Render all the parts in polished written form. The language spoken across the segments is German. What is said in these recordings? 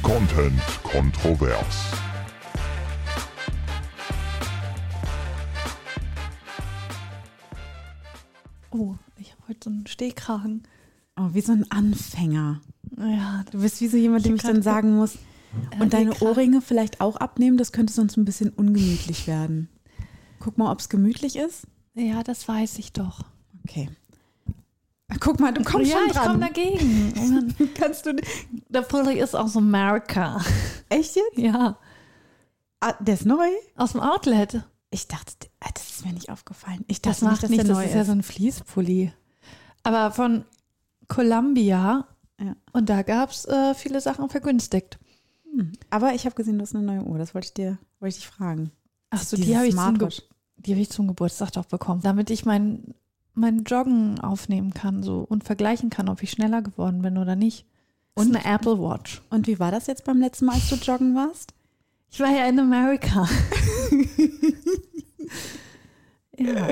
Content kontrovers. Oh, ich habe heute so einen Stehkragen. Oh, wie so ein Anfänger. Ja, Du bist wie so jemand, dem ich dann sagen muss, und deine Ohrringe vielleicht auch abnehmen, das könnte sonst ein bisschen ungemütlich werden. Guck mal, ob es gemütlich ist. ja, das weiß ich doch. Okay. Guck mal, du kommst schon Ja, ich komme dran. dagegen. Kannst du Der Pulli ist aus Amerika. echt jetzt? Ja, Der ist neu? aus dem Outlet. Ich dachte, das ist mir nicht aufgefallen. Ich Das dachte macht nicht, nichts, dass der das neu ist ja so ein Fließpulli. Aber von Columbia. Ja. Und da gab es viele Sachen vergünstigt. Aber ich habe gesehen, du hast eine neue Uhr. Das wollte ich dich fragen. Achso, Dieses die habe Smartwatch. ich zum Geburtstag doch bekommen, damit ich mein Joggen aufnehmen kann so und vergleichen kann, ob ich schneller geworden bin oder nicht. Und eine Apple Watch. Und wie war das jetzt beim letzten Mal, als du joggen warst? Ich war ja in Amerika. Ja.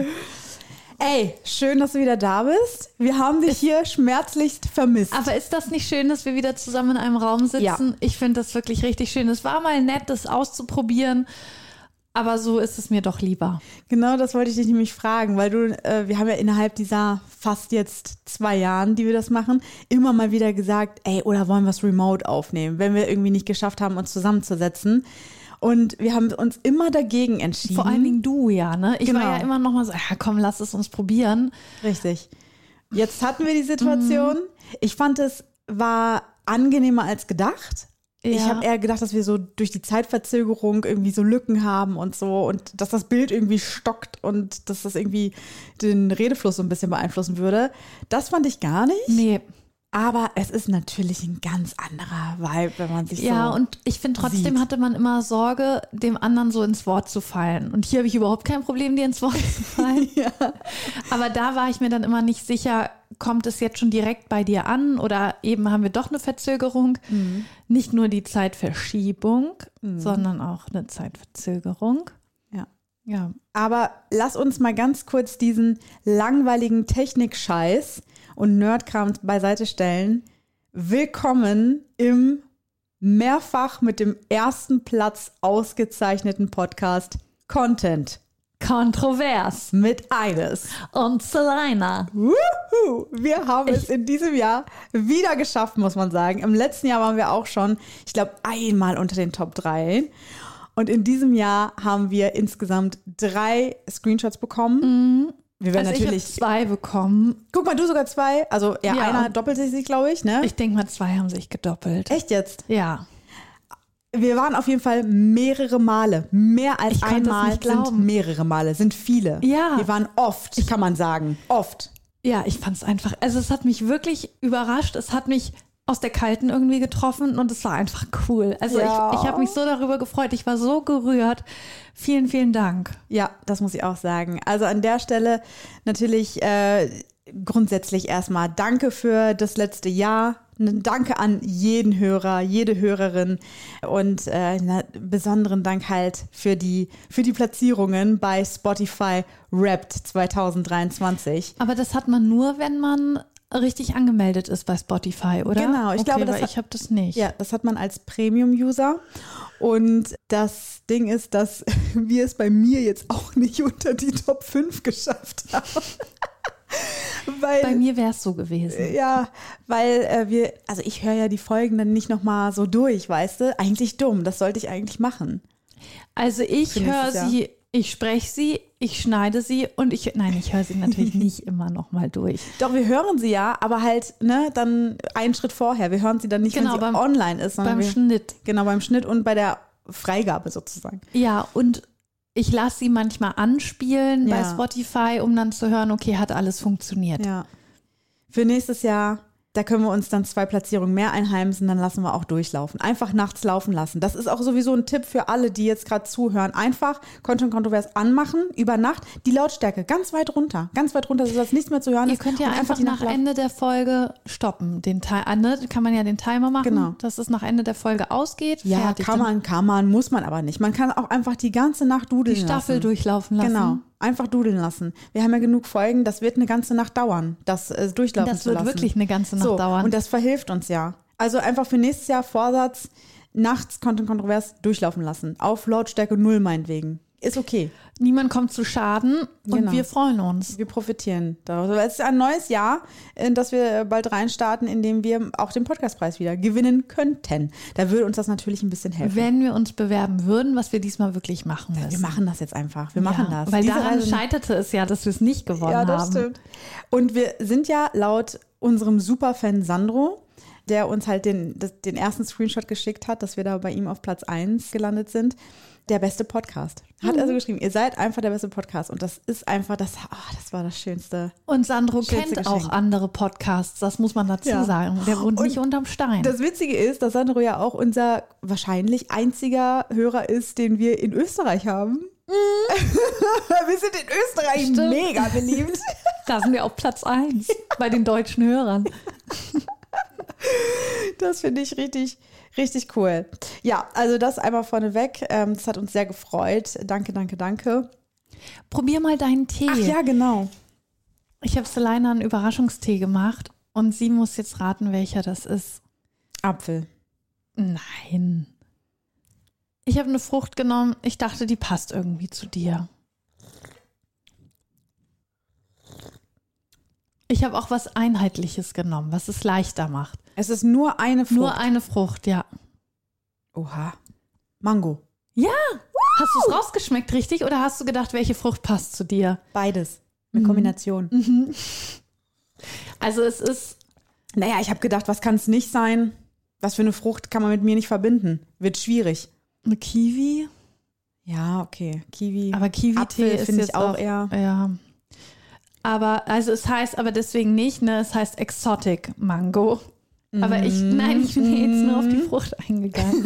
Ey, schön, dass du wieder da bist. Wir haben dich hier schmerzlichst vermisst. Aber ist das nicht schön, dass wir wieder zusammen in einem Raum sitzen? Ja. Ich finde das wirklich richtig schön. Es war mal nett, das auszuprobieren, aber so ist es mir doch lieber. Genau, das wollte ich dich nämlich fragen, weil wir haben ja innerhalb dieser fast jetzt 2 Jahren, die wir das machen, immer mal wieder gesagt, ey, oder wollen wir es remote aufnehmen, wenn wir irgendwie nicht geschafft haben, uns zusammenzusetzen. Und wir haben uns immer dagegen entschieden. Vor allen Dingen du, ja, ne? Ich Genau. war ja immer noch mal so, ja, komm, lass es uns probieren. Richtig. Jetzt hatten wir die Situation. Ich fand, es war angenehmer als gedacht. Ich Ja. habe eher gedacht, dass wir so durch die Zeitverzögerung irgendwie so Lücken haben und so und dass das Bild irgendwie stockt und dass das irgendwie den Redefluss so ein bisschen beeinflussen würde. Das fand ich gar nicht. Nee. Aber es ist natürlich ein ganz anderer Vibe, wenn man sich Ja, so und ich finde trotzdem sieht. hatte man immer Sorge, dem anderen so ins Wort zu fallen. Und hier habe ich überhaupt kein Problem, dir ins Wort zu fallen. Ja. Aber da war ich mir dann immer nicht sicher, kommt es jetzt schon direkt bei dir an oder eben haben wir doch eine Verzögerung. Nicht nur die Zeitverschiebung, sondern auch eine Zeitverzögerung. Ja. Ja. Aber lass uns mal ganz kurz diesen langweiligen Technikscheiß und Nerdkram beiseite stellen. Willkommen im mehrfach mit dem ersten Platz ausgezeichneten Podcast Content Kontrovers. mit Ines. Und Selina. Wuhu! Wir haben es in diesem Jahr wieder geschafft, muss man sagen. Im letzten Jahr waren wir auch schon, ich glaube, einmal unter den Top 3. Und in diesem Jahr haben wir insgesamt 3 Screenshots bekommen. Wir werden Also ich habe natürlich. 2 bekommen. Guck mal, du sogar 2. Also Ja. einer doppelt sich, glaube ich, ne? Ich denke mal, 2 haben sich gedoppelt. Echt jetzt? Ja. Wir waren auf jeden Fall mehrere Male. Mehr als Ich konnte es einmal nicht sind glauben. mehrere Male, sind viele. Ja. Wir waren oft, kann man sagen. Oft. Ja, ich fand es einfach, also es hat mich wirklich überrascht. Es hat mich aus der Kalten irgendwie getroffen und es war einfach cool. Also Ja. ich habe mich so darüber gefreut. Ich war so gerührt. Vielen, vielen Dank. Ja, das muss ich auch sagen. Also an der Stelle natürlich grundsätzlich erstmal danke für das letzte Jahr. Danke an jeden Hörer, jede Hörerin und einen besonderen Dank halt für die Platzierungen bei Spotify Wrapped 2023. Aber das hat man nur, wenn man richtig angemeldet ist bei Spotify, oder? Genau, ich glaube, das weil hat- ich habe das nicht. Ja, das hat man als Premium-User. Und das Ding ist, dass wir es bei mir jetzt auch nicht unter die Top 5 geschafft haben. Weil, Bei mir wäre es so gewesen. ja, weil also ich höre ja die Folgen dann nicht nochmal so durch, weißt du? Eigentlich dumm, das sollte ich eigentlich machen. Also ich Für höre nächstes Jahr. sie, ich spreche sie, ich schneide sie und ich höre sie natürlich nicht immer nochmal durch. Doch, wir hören sie ja, aber halt, ne, dann einen Schritt vorher. Wir hören sie dann nicht, Genau, wenn sie beim- online ist, sondern Beim Schnitt. genau, beim Schnitt und bei der Freigabe sozusagen. Ja, und ich lasse sie manchmal anspielen bei Ja. Spotify, um dann zu hören, okay, hat alles funktioniert. Ja. Für nächstes Jahr, da können wir uns dann 2 Platzierungen mehr einheimsen, dann lassen wir auch durchlaufen. Einfach nachts laufen lassen. Das ist auch sowieso ein Tipp für alle, die jetzt gerade zuhören. Einfach Content Kontrovers anmachen, über Nacht, die Lautstärke ganz weit runter, sodass nichts mehr zu hören Ihr ist. könnt ja und einfach die nach Nacht laufen. Ende der Folge stoppen. Kann man ja den Timer machen, Genau. dass es nach Ende der Folge ausgeht. Ja, Fertig. kann man, muss man aber nicht. Man kann auch einfach die ganze Nacht dudeln Die Staffel lassen. durchlaufen lassen. Genau, einfach dudeln lassen. Wir haben ja genug Folgen, das wird eine ganze Nacht dauern, das durchlaufen Das zu wird lassen. wirklich eine ganze Nacht so, dauern. Und das verhilft uns ja. Also einfach für nächstes Jahr Vorsatz, nachts Content kontrovers durchlaufen lassen. Auf Lautstärke 0 meinetwegen. Ist okay. Niemand kommt zu Schaden und Genau. wir freuen uns. Wir profitieren daraus. Es ist ein neues Jahr, in das wir bald reinstarten, in dem wir auch den Podcastpreis wieder gewinnen könnten. Da würde uns das natürlich ein bisschen helfen. Wenn wir uns bewerben würden, was wir diesmal wirklich machen müssen. Wir machen das jetzt einfach. Wir machen das. Weil Diese daran Reise- scheiterte es ja, dass wir es nicht gewonnen haben. Ja, das stimmt. Und wir sind ja laut unserem Superfan Sandro, der uns halt den ersten Screenshot geschickt hat, dass wir da bei ihm auf Platz 1 gelandet sind, der beste Podcast. Hat also geschrieben, ihr seid einfach der beste Podcast. Und das ist einfach, das war das Schönste. Und Sandro Schönste kennt auch Geschenk. andere Podcasts, das muss man dazu Ja. sagen. Der wohnt Und nicht unterm Stein. Das Witzige ist, dass Sandro ja auch unser wahrscheinlich einziger Hörer ist, den wir in Österreich haben. Wir sind in Österreich Stimmt. mega beliebt. Da sind wir auf Platz 1 bei den deutschen Hörern. Das finde ich richtig, richtig cool. Ja, also das einmal vorneweg. Das hat uns sehr gefreut. Danke, danke, danke. Probier mal deinen Tee. Ach ja, genau. Ich habe Selina einen Überraschungstee gemacht und sie muss jetzt raten, welcher das ist. Apfel. Nein. Ich habe eine Frucht genommen. Ich dachte, die passt irgendwie zu dir. Ich habe auch was Einheitliches genommen, was es leichter macht. Es ist nur eine Frucht. Nur eine Frucht, ja. Oha. Mango. Hast du es rausgeschmeckt, richtig? Oder hast du gedacht, welche Frucht passt zu dir? Beides. Eine Kombination. Also es ist, Naja, ich habe gedacht, was kann es nicht sein? Was für eine Frucht kann man mit mir nicht verbinden? Wird schwierig. eine Kiwi. Ja, okay. Kiwi. Aber Kiwi-Tee Apfel ist finde jetzt ich auch eher. Ja. Aber, also es heißt aber deswegen nicht, ne? Es heißt Exotic Mango. Aber ich bin jetzt nur auf die Frucht eingegangen.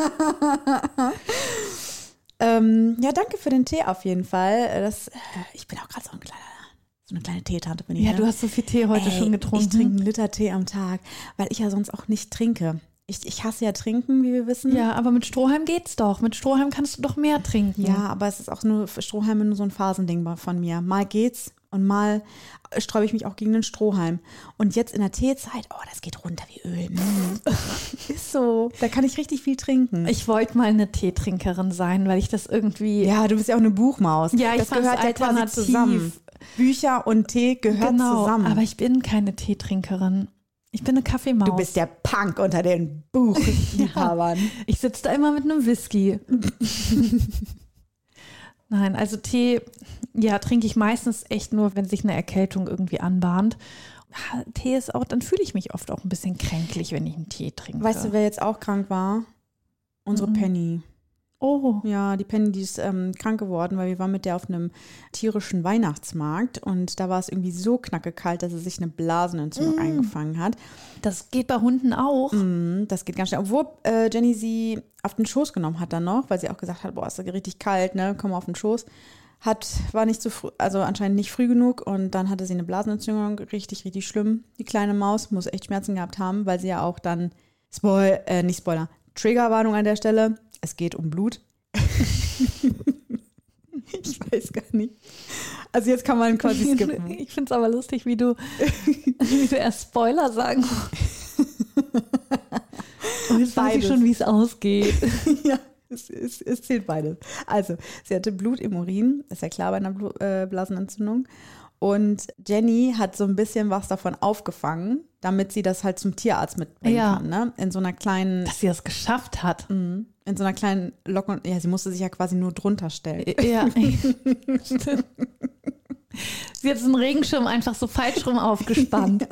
Ja, danke für den Tee auf jeden Fall. Ich bin auch gerade so eine kleine Teetante bin ich. Ja, ne? du hast so viel Tee heute schon getrunken. Ich trinke einen Liter Tee am Tag, weil ich ja sonst auch nicht trinke. Ich hasse ja trinken, wie wir wissen. Ja, aber mit Strohhalm geht's doch. Mit Strohhalm kannst du doch mehr trinken. Ja, aber es ist auch nur für Strohhalme nur so ein Phasending von mir. Mal geht's und mal sträube ich mich auch gegen den Strohhalm. Und jetzt in der Teezeit, oh, das geht runter wie Öl. Ist so. Da kann ich richtig viel trinken. Ich wollte mal eine Teetrinkerin sein, weil ich das irgendwie. Ja, du bist ja auch eine Buchmaus. Ja, ich das fand's gehört ja quasi alternativ. zusammen. Bücher und Tee gehört genau, zusammen. aber ich bin keine Teetrinkerin. Ich bin eine Kaffeemaus. Du bist der Punk unter den Buchliebhabern. Ich sitze da immer mit einem Whisky. Nein, also Tee, ja, trinke ich meistens echt nur, wenn sich eine Erkältung irgendwie anbahnt. Tee ist auch, dann fühle ich mich oft auch ein bisschen kränklich, wenn ich einen Tee trinke. Weißt du, wer jetzt auch krank war? Unsere Penny. Oh, Ja, die Penny, die ist krank geworden, weil wir waren mit der auf einem tierischen Weihnachtsmarkt und da war es irgendwie so knackekalt, dass sie sich eine Blasenentzündung eingefangen hat. das geht bei Hunden auch. Das geht ganz schnell. Obwohl Jenny sie auf den Schoß genommen hat dann noch, weil sie auch gesagt hat, boah, ist ja richtig kalt, ne, komm mal auf den Schoß. War nicht so früh, also anscheinend nicht früh genug und dann hatte sie eine Blasenentzündung, richtig, richtig schlimm. Die kleine Maus muss echt Schmerzen gehabt haben, weil sie ja auch dann, nicht Spoiler, Triggerwarnung an der Stelle, es geht um Blut. Ich weiß gar nicht. Also jetzt kann man quasi skippen. Ich finde es aber lustig, wie du erst Spoiler sagen. Und jetzt weiß ich Beides. schon, wie es ausgeht. Ja, es zählt beides. Also, sie hatte Blut im Urin, ist ja klar bei einer Blasenentzündung. Und Jenny hat so ein bisschen was davon aufgefangen, damit sie das halt zum Tierarzt mitbringen Ja. kann. Ne? In so einer kleinen, Dass sie das geschafft hat. in so einer kleinen Locke. Ja, sie musste sich ja quasi nur drunter stellen. Ja. Sie hat so einen Regenschirm einfach so falsch rum aufgespannt.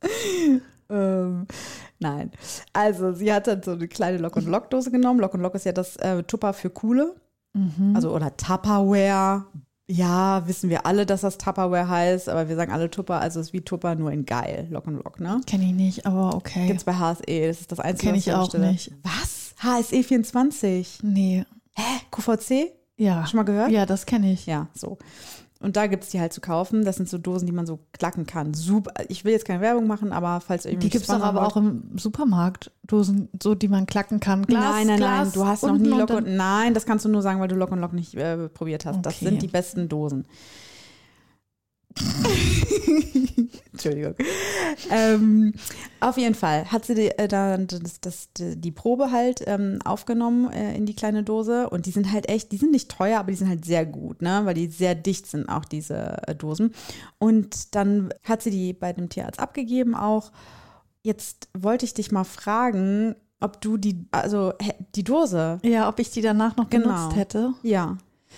Nein. Also, sie hat dann so eine kleine Lock-und-Lock-Dose genommen. Lock-und-Lock ist ja das Tupper für Coole. Also, oder Tupperware. Ja, wissen wir alle, dass das Tupperware heißt, aber wir sagen alle Tupper, also es ist wie Tupper, nur in geil, Lock-and-Lock, ne? Kenne ich nicht, aber okay. Gibt's bei HSE, das ist das Einzige, Kenn was ich auch bestelle. nicht. Was? HSE 24? Nee. QVC? Ja. Schon mal gehört? Ja, das kenne ich. Ja, so. Und da gibt's die halt zu kaufen. Das sind so Dosen, die man so klacken kann. Super. Ich will jetzt keine Werbung machen, aber falls irgendwie Die gibt es doch aber auch im Supermarkt. Dosen, so die man klacken kann. Glas, Nein, Glas du hast noch unten nie und Lock dann- und Nein, das kannst du nur sagen, weil du Lock und Lock nicht probiert hast. Das Okay. sind die besten Dosen. Entschuldigung. Auf jeden Fall hat sie dann die Probe halt aufgenommen in die kleine Dose und die sind halt echt, die sind nicht teuer, aber die sind halt sehr gut, ne? Weil die sehr dicht sind, auch diese Dosen. Und dann hat sie die bei dem Tierarzt abgegeben auch. Jetzt wollte ich dich mal fragen, ob du die Dose. Ja, ob ich die danach noch benutzt hätte. Ja.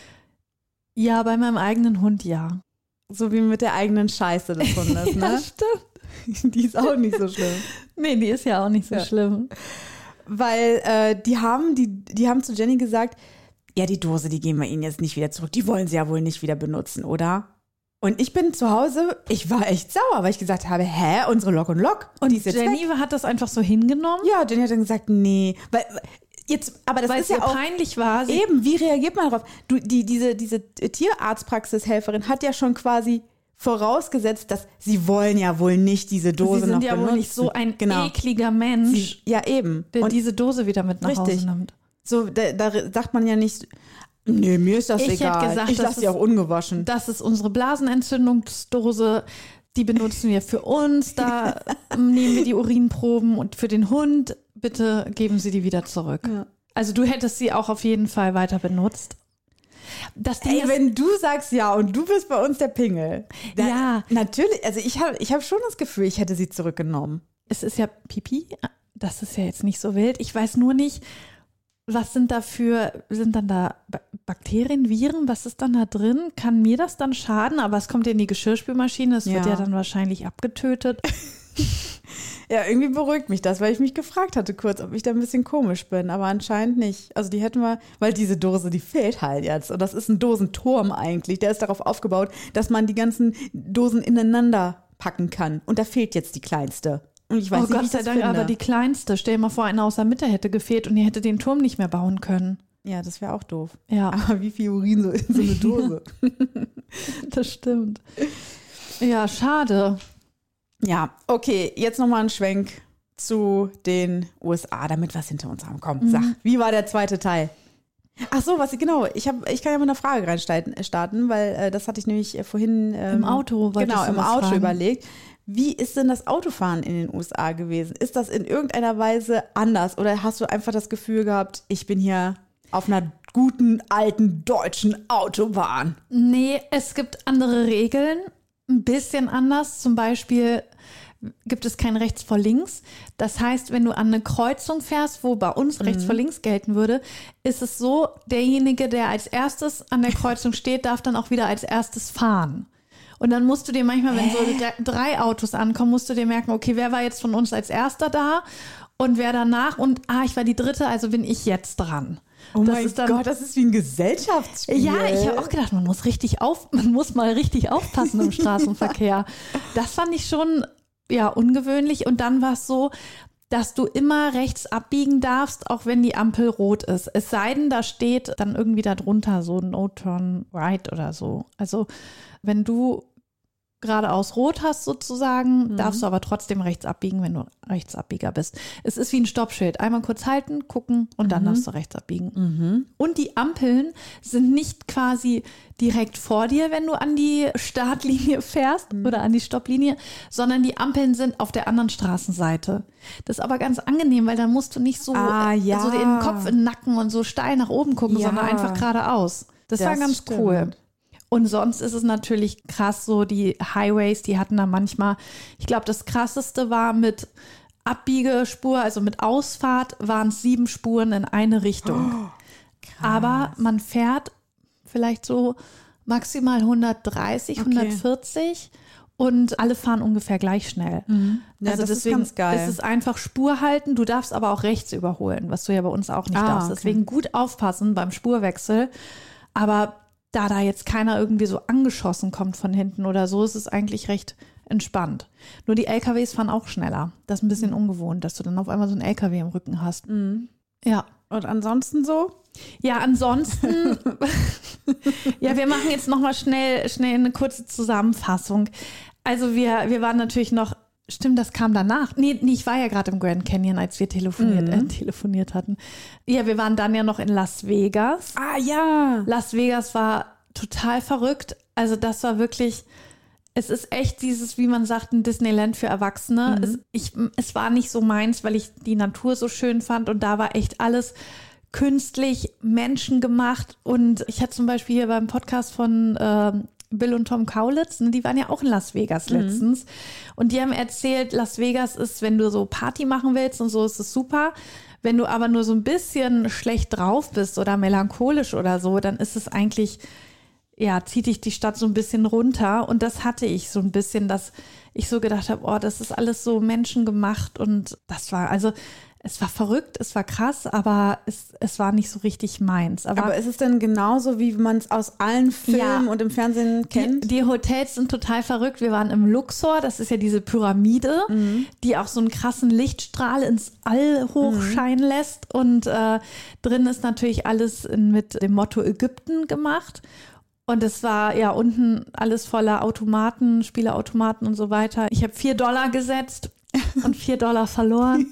Ja, bei meinem eigenen Hund, ja. So wie mit der eigenen Scheiße des Hundes, ne? Ja, stimmt. Die ist auch nicht so schlimm. Nee, die ist ja auch nicht so schlimm. Weil die haben zu Jenny gesagt, ja, die Dose, die geben wir ihnen jetzt nicht wieder zurück. Die wollen sie ja wohl nicht wieder benutzen, oder? Und ich bin zu Hause, ich war echt sauer, weil ich gesagt habe, unsere Lock und Lock. Und die ist jetzt Jenny weg. hat das einfach so hingenommen? Ja, Jenny hat dann gesagt, nee. Aber das weil ist es ja auch peinlich war. Eben, wie reagiert man darauf? Diese Tierarztpraxishelferin hat ja schon quasi vorausgesetzt, dass sie wollen ja wohl nicht diese Dose noch benutzen. Sie sind ja wohl nicht so ein ekliger Mensch, der diese Dose wieder mit nach Hause nimmt. So, da sagt man ja nicht, nee, mir ist das egal. Ich lasse sie auch ungewaschen. Das ist unsere Blasenentzündungsdose. Die benutzen wir für uns. Da nehmen wir die Urinproben und für den Hund. Bitte geben Sie die wieder zurück. Ja. Also du hättest sie auch auf jeden Fall weiter benutzt. Das Ding ist, wenn du sagst ja und du bist bei uns der Pingel. Ja. Natürlich, also ich hab schon das Gefühl, ich hätte sie zurückgenommen. Es ist ja Pipi. Das ist ja jetzt nicht so wild. Ich weiß nur nicht, was sind dann da Bakterien, Viren, was ist dann da drin? Kann mir das dann schaden? Aber es kommt ja in die Geschirrspülmaschine, es wird ja dann wahrscheinlich abgetötet. Ja, irgendwie beruhigt mich das, weil ich mich gefragt hatte kurz, ob ich da ein bisschen komisch bin, aber anscheinend nicht. Also die hätten wir, weil diese Dose, die fehlt halt jetzt. Und das ist ein Dosenturm eigentlich. Der ist darauf aufgebaut, dass man die ganzen Dosen ineinander packen kann. Und da fehlt jetzt die kleinste. Und ich weiß nicht, Gott wie ich sei das Dank, finde. aber die kleinste. Stell dir mal vor, eine aus der Mitte hätte gefehlt und ihr hättet den Turm nicht mehr bauen können. Ja, das wäre auch doof. Ja. Aber wie viel Urin so in so eine Dose? Das stimmt. Ja, schade. Ja, okay, jetzt nochmal ein Schwenk zu den USA, damit wir es hinter uns haben. Komm, sag, wie war der zweite Teil? Ach so, ich kann ja mit einer Frage reinstarten, weil das hatte ich nämlich vorhin im Auto fragen. Überlegt. Wie ist denn das Autofahren in den USA gewesen? Ist das in irgendeiner Weise anders oder hast du einfach das Gefühl gehabt, ich bin hier auf einer guten, alten, deutschen Autobahn? Nee, es gibt andere Regeln, ein bisschen anders. Zum Beispiel gibt es kein rechts vor links. Das heißt, wenn du an eine Kreuzung fährst, wo bei uns rechts vor links gelten würde, ist es so, derjenige, der als erstes an der Kreuzung steht, darf dann auch wieder als erstes fahren. Und dann musst du dir manchmal, wenn so 3 Autos ankommen, musst du dir merken, okay, wer war jetzt von uns als erster da und wer danach und ich war die dritte, also bin ich jetzt dran. Oh mein Gott, das ist wie ein Gesellschaftsspiel. Ja, ich habe auch gedacht, man muss mal richtig aufpassen im Straßenverkehr. Das fand ich schon ungewöhnlich. Und dann war es so, dass du immer rechts abbiegen darfst, auch wenn die Ampel rot ist. Es sei denn, da steht dann irgendwie darunter so No Turn Right oder so. Also wenn du geradeaus rot hast sozusagen, darfst du aber trotzdem rechts abbiegen, wenn du Rechtsabbieger bist. Es ist wie ein Stoppschild. Einmal kurz halten, gucken und dann darfst du rechts abbiegen. Und die Ampeln sind nicht quasi direkt vor dir, wenn du an die Startlinie fährst oder an die Stopplinie, sondern die Ampeln sind auf der anderen Straßenseite. Das ist aber ganz angenehm, weil dann musst du nicht so den Kopf in den Nacken und so steil nach oben gucken, sondern einfach geradeaus. Das war ganz cool. Und sonst ist es natürlich krass, so die Highways, die hatten da manchmal, ich glaube, das Krasseste war mit Abbiegespur, also mit Ausfahrt, waren es 7 Spuren in eine Richtung. Aber man fährt vielleicht so maximal 130, 140 und alle fahren ungefähr gleich schnell. Ja, also das deswegen ist ganz geil. Es ist einfach Spur halten, du darfst aber auch rechts überholen, was du ja bei uns auch nicht darfst. Deswegen gut aufpassen beim Spurwechsel. Aber da jetzt keiner irgendwie so angeschossen kommt von hinten oder so, ist es eigentlich recht entspannt. Nur die LKWs fahren auch schneller. Das ist ein bisschen ungewohnt, dass du dann auf einmal so einen LKW im Rücken hast. Ja. Und ansonsten so? Ja, ansonsten, wir machen jetzt nochmal schnell eine kurze Zusammenfassung. Also wir waren natürlich noch, stimmt, das kam danach. Nee, ich war ja gerade im Grand Canyon, als wir telefoniert hatten. Ja, wir waren dann ja noch in Las Vegas. Ah ja. Las Vegas war total verrückt. Also das war wirklich, Es ist echt dieses, wie man sagt, ein Disneyland für Erwachsene. Es war nicht so meins, weil ich die Natur so schön fand und da war echt alles künstlich, menschengemacht. Und ich hatte zum Beispiel hier beim Podcast von Bill und Tom Kaulitz, die waren ja auch in Las Vegas letztens. Und die haben erzählt, Las Vegas ist, wenn du so Party machen willst und so, ist es super. Wenn du aber nur so ein bisschen schlecht drauf bist oder melancholisch oder so, dann ist es eigentlich, ja, zieht dich die Stadt so ein bisschen runter. Und das hatte ich so ein bisschen, dass ich so gedacht habe, oh, das ist alles so menschengemacht. Und das war, also es war verrückt, es war krass, aber es war nicht so richtig meins. Aber ist es denn genauso, wie man es aus allen Filmen und im Fernsehen kennt? Die Hotels sind total verrückt. Wir waren im Luxor, das ist ja diese Pyramide, die auch so einen krassen Lichtstrahl ins All hochscheinen lässt. Und drin ist natürlich alles mit dem Motto Ägypten gemacht. Und es war ja unten alles voller Automaten, Spieleautomaten und so weiter. Ich habe $4 gesetzt und $4 verloren.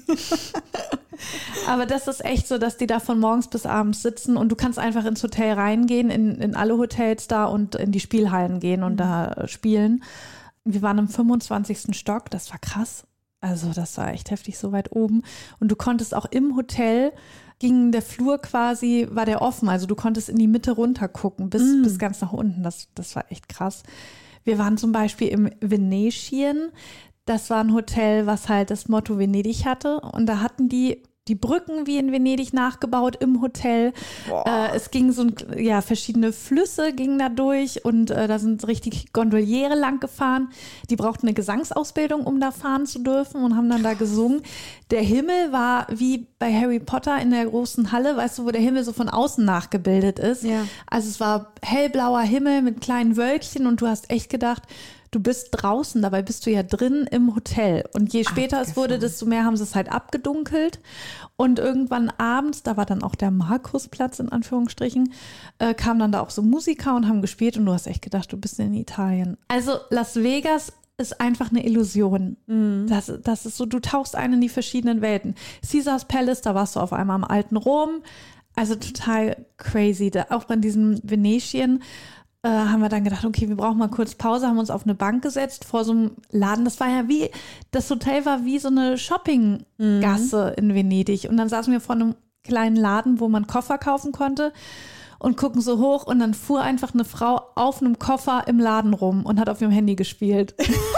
Aber das ist echt so, dass die da von morgens bis abends sitzen und du kannst einfach ins Hotel reingehen, in alle Hotels da und in die Spielhallen gehen und da spielen. Wir waren im 25. Stock, das war krass. Also das war echt heftig, so weit oben. Und du konntest auch im Hotel, ging der Flur quasi, war der offen. Also du konntest in die Mitte runter gucken, bis ganz nach unten. Das war echt krass. Wir waren zum Beispiel im Venetian. Das war ein Hotel, was halt das Motto Venedig hatte. Und da hatten die Brücken wie in Venedig nachgebaut im Hotel. Es ging verschiedene Flüsse gingen da durch und da sind richtig Gondoliere lang gefahren. Die brauchten eine Gesangsausbildung, um da fahren zu dürfen und haben dann da gesungen. Der Himmel war wie bei Harry Potter in der großen Halle, weißt du, wo der Himmel so von außen nachgebildet ist. Ja. Also es war hellblauer Himmel mit kleinen Wölkchen und du hast echt gedacht, du bist draußen, dabei bist du ja drin im Hotel. Und je später es wurde, desto mehr haben sie es halt abgedunkelt. Und irgendwann abends, da war dann auch der Markusplatz in Anführungsstrichen, kamen dann da auch so Musiker und haben gespielt und du hast echt gedacht, du bist in Italien. Also Las Vegas ist einfach eine Illusion. Das ist so, du tauchst ein in die verschiedenen Welten. Caesars Palace, da warst du auf einmal im alten Rom. Also total crazy. Auch bei diesem Venetian haben wir dann gedacht, okay, wir brauchen mal kurz Pause, haben uns auf eine Bank gesetzt vor so einem Laden. Das Hotel war wie so eine Shoppinggasse in Venedig. Und dann saßen wir vor einem kleinen Laden, wo man Koffer kaufen konnte und gucken so hoch und dann fuhr einfach eine Frau auf einem Koffer im Laden rum und hat auf ihrem Handy gespielt.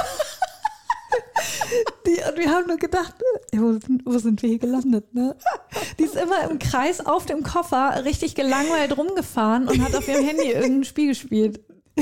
Und wir haben nur gedacht, wo sind wir hier gelandet, ne? Die ist immer im Kreis auf dem Koffer richtig gelangweilt rumgefahren und hat auf ihrem Handy irgendein Spiel gespielt.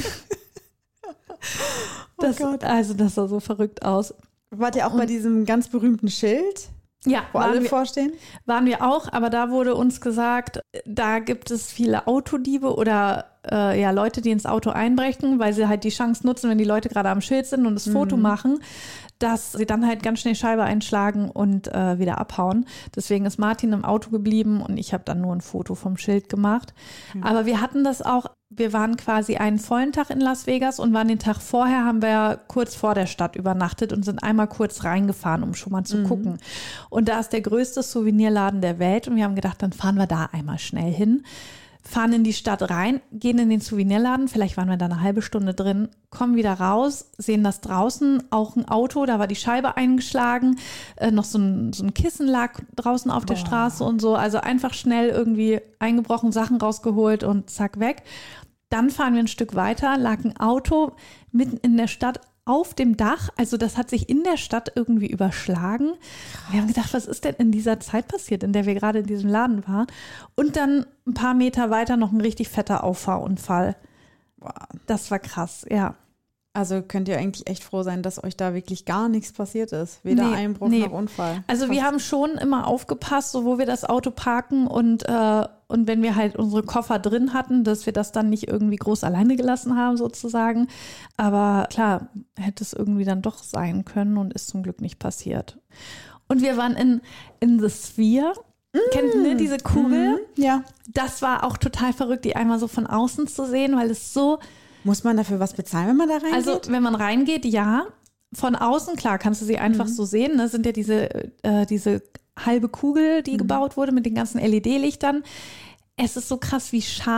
Das sah so verrückt aus. Wart ihr auch bei diesem ganz berühmten Schild? Ja, wo alle vorstehen? Waren wir auch, aber da wurde uns gesagt, da gibt es viele Autodiebe oder Leute, die ins Auto einbrechen, weil sie halt die Chance nutzen, wenn die Leute gerade am Schild sind und das Foto machen, dass sie dann halt ganz schnell Scheibe einschlagen und wieder abhauen. Deswegen ist Martin im Auto geblieben und ich habe dann nur ein Foto vom Schild gemacht. Aber wir hatten das auch, wir waren quasi einen vollen Tag in Las Vegas und waren den Tag vorher, haben wir kurz vor der Stadt übernachtet und sind einmal kurz reingefahren, um schon mal zu gucken. Und da ist der größte Souvenirladen der Welt und wir haben gedacht, dann fahren wir da einmal schnell hin. Fahren in die Stadt rein, gehen in den Souvenirladen, vielleicht waren wir da eine halbe Stunde drin, kommen wieder raus, sehen das draußen, auch ein Auto, da war die Scheibe eingeschlagen, noch so ein Kissen lag draußen auf der Straße und so, also einfach schnell irgendwie eingebrochen, Sachen rausgeholt und zack, weg. Dann fahren wir ein Stück weiter, lag ein Auto mitten in der Stadt auf dem Dach, also das hat sich in der Stadt irgendwie überschlagen. Wir haben gedacht, was ist denn in dieser Zeit passiert, in der wir gerade in diesem Laden waren? Und dann ein paar Meter weiter noch ein richtig fetter Auffahrunfall. Wow. Das war krass, ja. Also könnt ihr eigentlich echt froh sein, dass euch da wirklich gar nichts passiert ist. Weder Einbruch noch Unfall. Also wir haben schon immer aufgepasst, so wo wir das Auto parken und wenn wir halt unsere Koffer drin hatten, dass wir das dann nicht irgendwie groß alleine gelassen haben sozusagen. Aber klar, hätte es irgendwie dann doch sein können und ist zum Glück nicht passiert. Und wir waren in The Sphere. Kennt ihr diese Kugel? Ja. Das war auch total verrückt, die einmal so von außen zu sehen, weil es so... Muss man dafür was bezahlen, wenn man da reingeht? Also wenn man reingeht, ja. Von außen, klar, kannst du sie einfach so sehen. Das sind ja diese halbe Kugel, die gebaut wurde mit den ganzen LED-Lichtern. Es ist so krass, wie scharf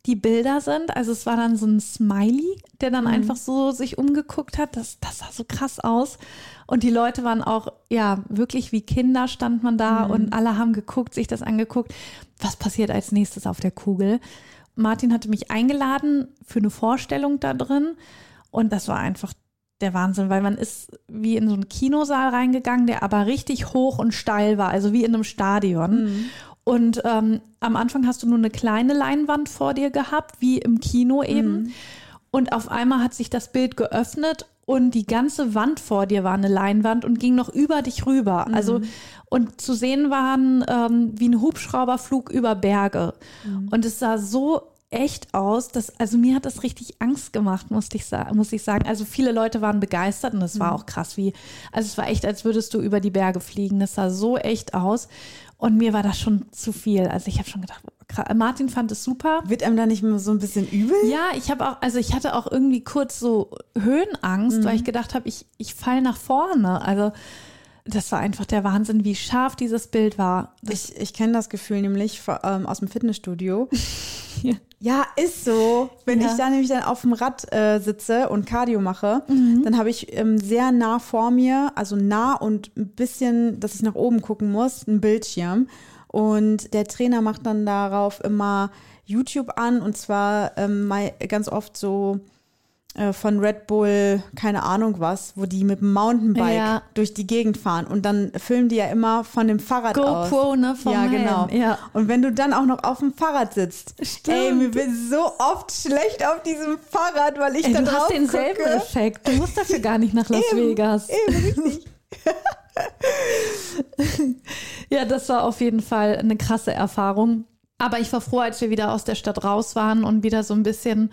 die Bilder sind. Also es war dann so ein Smiley, der dann einfach so sich umgeguckt hat. Das sah so krass aus. Und die Leute waren auch, ja, wirklich wie Kinder stand man da und alle haben geguckt, sich das angeguckt. Was passiert als nächstes auf der Kugel? Martin hatte mich eingeladen für eine Vorstellung da drin und das war einfach der Wahnsinn, weil man ist wie in so einen Kinosaal reingegangen, der aber richtig hoch und steil war, also wie in einem Stadion. Und am Anfang hast du nur eine kleine Leinwand vor dir gehabt, wie im Kino eben. Und auf einmal hat sich das Bild geöffnet und die ganze Wand vor dir war eine Leinwand und ging noch über dich rüber. Also und zu sehen waren wie ein Hubschrauberflug über Berge. Und es sah so echt aus, also mir hat das richtig Angst gemacht, muss ich sagen. Also viele Leute waren begeistert und das war auch krass, also es war echt, als würdest du über die Berge fliegen. Das sah so echt aus und mir war das schon zu viel. Also ich habe schon gedacht, Martin fand es super. Wird einem da nicht mehr so ein bisschen übel? Ja, ich hatte auch irgendwie kurz so Höhenangst, weil ich gedacht habe, ich falle nach vorne. Also das war einfach der Wahnsinn, wie scharf dieses Bild war. Ich kenne das Gefühl nämlich aus dem Fitnessstudio. Ja, ist so. Wenn ich da nämlich dann auf dem Rad sitze und Cardio mache, dann habe ich sehr nah vor mir, also nah und ein bisschen, dass ich nach oben gucken muss, einen Bildschirm. Und der Trainer macht dann darauf immer YouTube an und zwar ganz oft so von Red Bull, keine Ahnung was, wo die mit dem Mountainbike durch die Gegend fahren und dann filmen die ja immer von dem Fahrrad aus. GoPro, ne, vom Ja, Helm. genau. Ja. Und wenn du dann auch noch auf dem Fahrrad sitzt, ey, mir wird so oft schlecht auf diesem Fahrrad, weil ich dann du drauf hast denselben gucke. Effekt. Du musst dafür gar nicht nach Las Vegas. Eben, richtig. Ja, das war auf jeden Fall eine krasse Erfahrung. Aber ich war froh, als wir wieder aus der Stadt raus waren und wieder so ein bisschen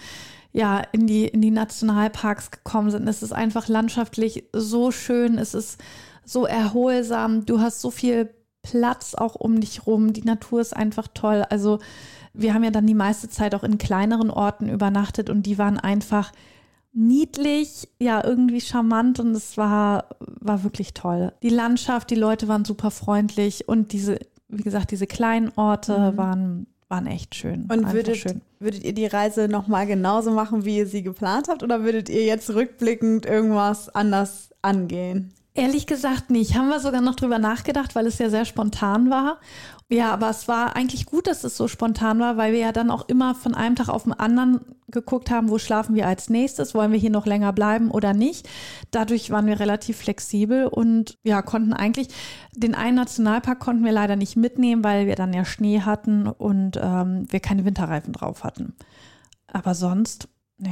in die Nationalparks gekommen sind. Es ist einfach landschaftlich so schön, es ist so erholsam, du hast so viel Platz auch um dich rum, die Natur ist einfach toll. Also wir haben ja dann die meiste Zeit auch in kleineren Orten übernachtet und die waren einfach niedlich, ja, irgendwie charmant und es war wirklich toll. Die Landschaft, die Leute waren super freundlich und wie gesagt, diese kleinen Orte waren echt schön. Und würdet ihr die Reise nochmal genauso machen, wie ihr sie geplant habt, oder würdet ihr jetzt rückblickend irgendwas anders angehen? Ehrlich gesagt nicht. Haben wir sogar noch drüber nachgedacht, weil es ja sehr spontan war. Ja, aber es war eigentlich gut, dass es so spontan war, weil wir ja dann auch immer von einem Tag auf den anderen geguckt haben, wo schlafen wir als nächstes, wollen wir hier noch länger bleiben oder nicht. Dadurch waren wir relativ flexibel und ja, konnten eigentlich, den einen Nationalpark konnten wir leider nicht mitnehmen, weil wir dann ja Schnee hatten und wir keine Winterreifen drauf hatten. Aber sonst,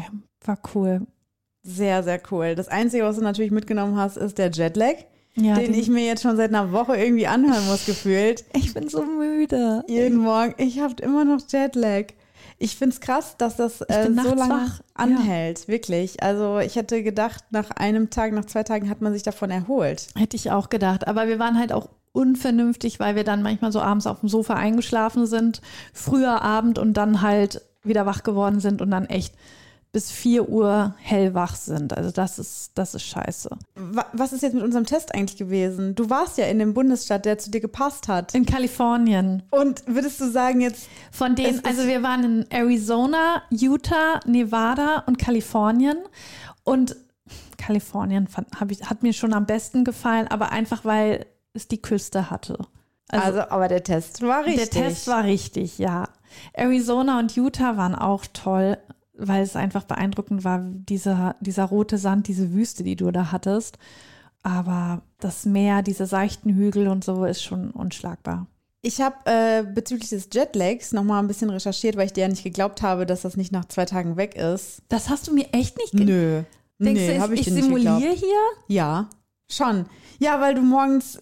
war cool. Sehr, sehr cool. Das Einzige, was du natürlich mitgenommen hast, ist der Jetlag, den ich mir jetzt schon seit einer Woche irgendwie anhören muss, gefühlt. Ich bin so müde. Jeden Morgen. Ich habe immer noch Jetlag. Ich finde es krass, dass das so lange anhält, wirklich. Also ich hätte gedacht, nach einem Tag, nach 2 Tagen hat man sich davon erholt. Hätte ich auch gedacht. Aber wir waren halt auch unvernünftig, weil wir dann manchmal so abends auf dem Sofa eingeschlafen sind, früher Abend und dann halt wieder wach geworden sind und dann echt bis 4 Uhr hellwach sind. Also das ist scheiße. Was ist jetzt mit unserem Test eigentlich gewesen? Du warst ja in dem Bundesstaat, der zu dir gepasst hat. In Kalifornien. Und würdest du sagen jetzt... Von denen, also wir waren in Arizona, Utah, Nevada und Kalifornien. Und Kalifornien hat mir schon am besten gefallen, aber einfach, weil es die Küste hatte. Also, aber der Test war richtig. Der Test war richtig, ja. Arizona und Utah waren auch toll, weil es einfach beeindruckend war, dieser rote Sand, diese Wüste, die du da hattest. Aber das Meer, diese seichten Hügel und so ist schon unschlagbar. Ich habe bezüglich des Jetlags nochmal ein bisschen recherchiert, weil ich dir ja nicht geglaubt habe, dass das nicht nach 2 Tagen weg ist. Das hast du mir echt nicht Nö. Denkst du, habe ich ich dir nicht geglaubt. simuliere hier? Ja, schon. Ja, weil du morgens,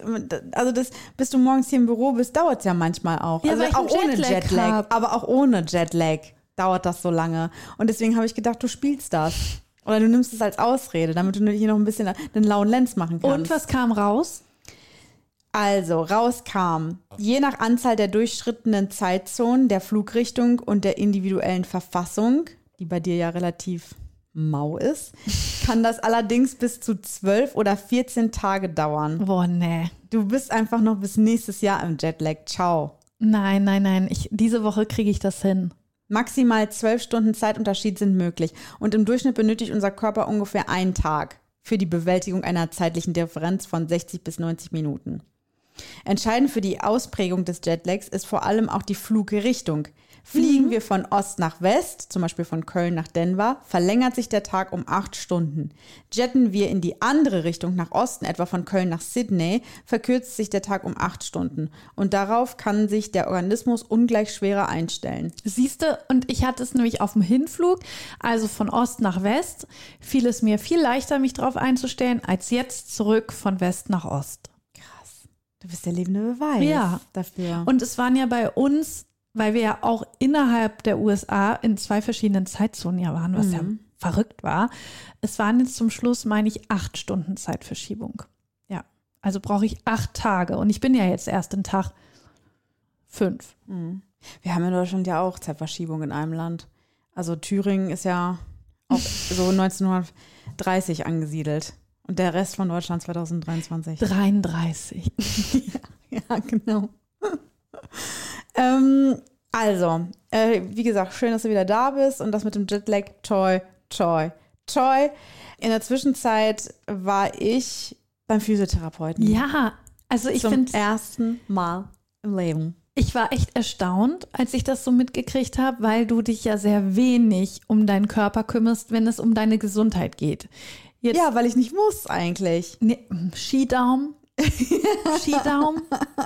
bis du morgens hier im Büro bist, dauert es ja manchmal auch. Ja, also weil ich auch einen ohne Jetlag hab. Aber auch ohne Jetlag dauert das so lange. Und deswegen habe ich gedacht, du spielst das. Oder du nimmst es als Ausrede, damit du hier noch ein bisschen den lauen Lenz machen kannst. Und was kam raus? Also, rauskam, je nach Anzahl der durchschrittenen Zeitzonen, der Flugrichtung und der individuellen Verfassung, die bei dir ja relativ mau ist, kann das allerdings bis zu 12 oder 14 Tage dauern. Boah, nee. Du bist einfach noch bis nächstes Jahr im Jetlag. Ciao. Nein. Diese Woche kriege ich das hin. Maximal 12 Stunden Zeitunterschied sind möglich. Und im Durchschnitt benötigt unser Körper ungefähr einen Tag für die Bewältigung einer zeitlichen Differenz von 60 bis 90 Minuten. Entscheidend für die Ausprägung des Jetlags ist vor allem auch die Flugrichtung. Fliegen wir von Ost nach West, zum Beispiel von Köln nach Denver, verlängert sich der Tag um 8 Stunden. Jetten wir in die andere Richtung nach Osten, etwa von Köln nach Sydney, verkürzt sich der Tag um 8 Stunden. Und darauf kann sich der Organismus ungleich schwerer einstellen. Siehst du, und ich hatte es nämlich auf dem Hinflug, also von Ost nach West, fiel es mir viel leichter, mich darauf einzustellen, als jetzt zurück von West nach Ost. Krass. Du bist der lebende Beweis dafür. Und es waren ja bei uns, weil wir ja auch innerhalb der USA in 2 verschiedenen Zeitzonen ja waren, was ja verrückt war. Es waren jetzt zum Schluss, meine ich, 8 Stunden Zeitverschiebung. Ja, also brauche ich 8 Tage. Und ich bin ja jetzt erst in Tag 5. Wir haben in Deutschland ja auch Zeitverschiebung in einem Land. Also Thüringen ist ja auch so 1930 angesiedelt. Und der Rest von Deutschland 2023. 33. Ja, genau. Also, wie gesagt, schön, dass du wieder da bist und das mit dem Jetlag, toi, toi, toi. In der Zwischenzeit war ich beim Physiotherapeuten. Ja, also ich finde zum ersten Mal im Leben. Ich war echt erstaunt, als ich das so mitgekriegt habe, weil du dich ja sehr wenig um deinen Körper kümmerst, wenn es um deine Gesundheit geht. Jetzt, Ja, weil ich nicht muss eigentlich. ne, Skidaum. Skidaum.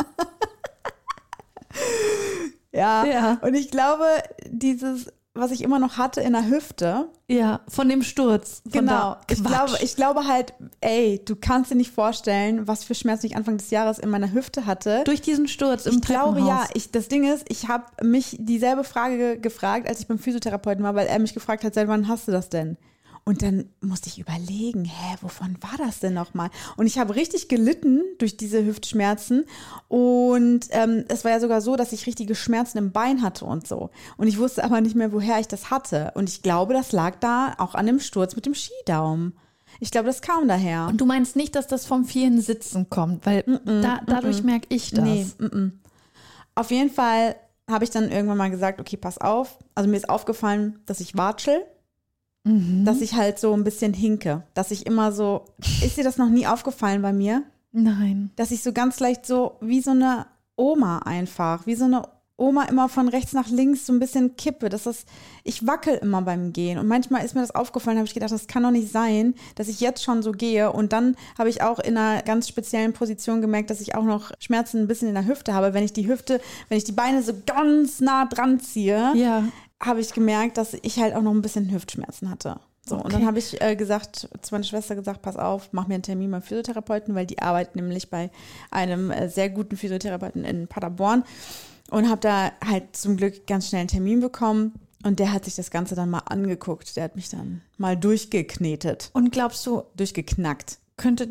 Ja, und ich glaube, dieses, was ich immer noch hatte in der Hüfte. Ja, von dem Sturz. Von Genau. Quatsch. Ich glaube halt, ey, du kannst dir nicht vorstellen, was für Schmerzen ich Anfang des Jahres in meiner Hüfte hatte. Durch diesen Sturz im Ich glaube, Treppenhaus. ja. Das Ding ist, ich habe mich dieselbe Frage gefragt, als ich beim Physiotherapeuten war, weil er mich gefragt hat, seit wann hast du das denn? Und dann musste ich überlegen, wovon war das denn nochmal? Und ich habe richtig gelitten durch diese Hüftschmerzen. Und es war ja sogar so, dass ich richtige Schmerzen im Bein hatte und so. Und ich wusste aber nicht mehr, woher ich das hatte. Und ich glaube, das lag da auch an dem Sturz mit dem Skidaumen. Ich glaube, das kam daher. Und du meinst nicht, dass das vom vielen Sitzen kommt, weil dadurch merke ich das. Nee, Auf jeden Fall habe ich dann irgendwann mal gesagt, okay, pass auf. Also mir ist aufgefallen, dass ich watschel. Dass ich halt so ein bisschen hinke. Dass ich immer so, ist dir das noch nie aufgefallen bei mir? Nein. Dass ich so ganz leicht so, wie so eine Oma einfach, wie so eine Oma immer von rechts nach links so ein bisschen kippe. Ich wackel immer beim Gehen. Und manchmal ist mir das aufgefallen, habe ich gedacht, das kann doch nicht sein, dass ich jetzt schon so gehe. Und dann habe ich auch in einer ganz speziellen Position gemerkt, dass ich auch noch Schmerzen ein bisschen in der Hüfte habe. Wenn ich die Beine so ganz nah dran ziehe, Ja. habe ich gemerkt, dass ich halt auch noch ein bisschen Hüftschmerzen hatte. So, Okay. Und dann habe ich zu meiner Schwester gesagt, pass auf, mach mir einen Termin beim Physiotherapeuten, weil die arbeitet nämlich bei einem sehr guten Physiotherapeuten in Paderborn und habe da halt zum Glück ganz schnell einen Termin bekommen und der hat sich das Ganze dann mal angeguckt. Der hat mich dann mal durchgeknetet, Und glaubst du, durchgeknackt. könnte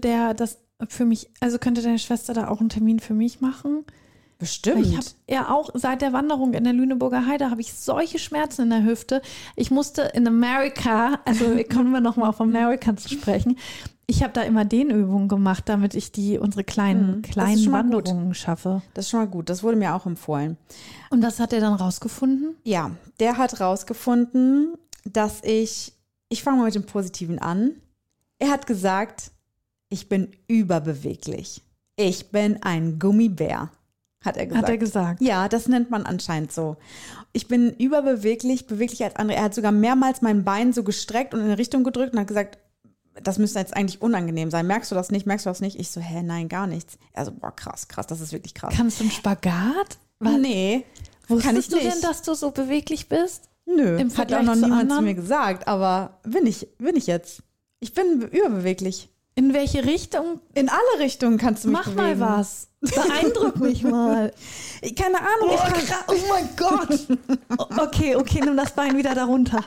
könnte deine Schwester da auch einen Termin für mich machen? Bestimmt. Weil ich habe ja auch seit der Wanderung in der Lüneburger Heide habe ich solche Schmerzen in der Hüfte. Ich musste in Amerika, also kommen wir nochmal auf Amerika zu sprechen, ich habe da immer Dehnübungen gemacht, damit ich unsere kleinen schon mal gut. Wanderungen schaffe. Das ist schon mal gut. Das wurde mir auch empfohlen. Und das hat er dann rausgefunden? Ja, der hat rausgefunden, dass ich fange mal mit dem Positiven an. Er hat gesagt, ich bin überbeweglich. Ich bin ein Gummibär, hat er gesagt. Hat er gesagt. Ja, das nennt man anscheinend so. Ich bin überbeweglich, beweglicher als andere. Er hat sogar mehrmals mein Bein so gestreckt und in eine Richtung gedrückt und hat gesagt, das müsste jetzt eigentlich unangenehm sein. Merkst du das nicht? Merkst du das nicht? Ich so, nein, gar nichts. Er so, boah, krass, das ist wirklich krass. Kannst du einen Spagat? Nee, kann ich Wusstest du nicht. denn, dass du so beweglich bist? Nö, Im hat Vergleich auch noch zu niemand anderen? zu mir gesagt, aber bin ich jetzt. Ich bin überbeweglich. In welche Richtung? In alle Richtungen kannst du mich Mach bewegen. mal was. Beeindruck mich mal. Keine Ahnung. Oh mein Gott. Okay, nimm das Bein wieder darunter.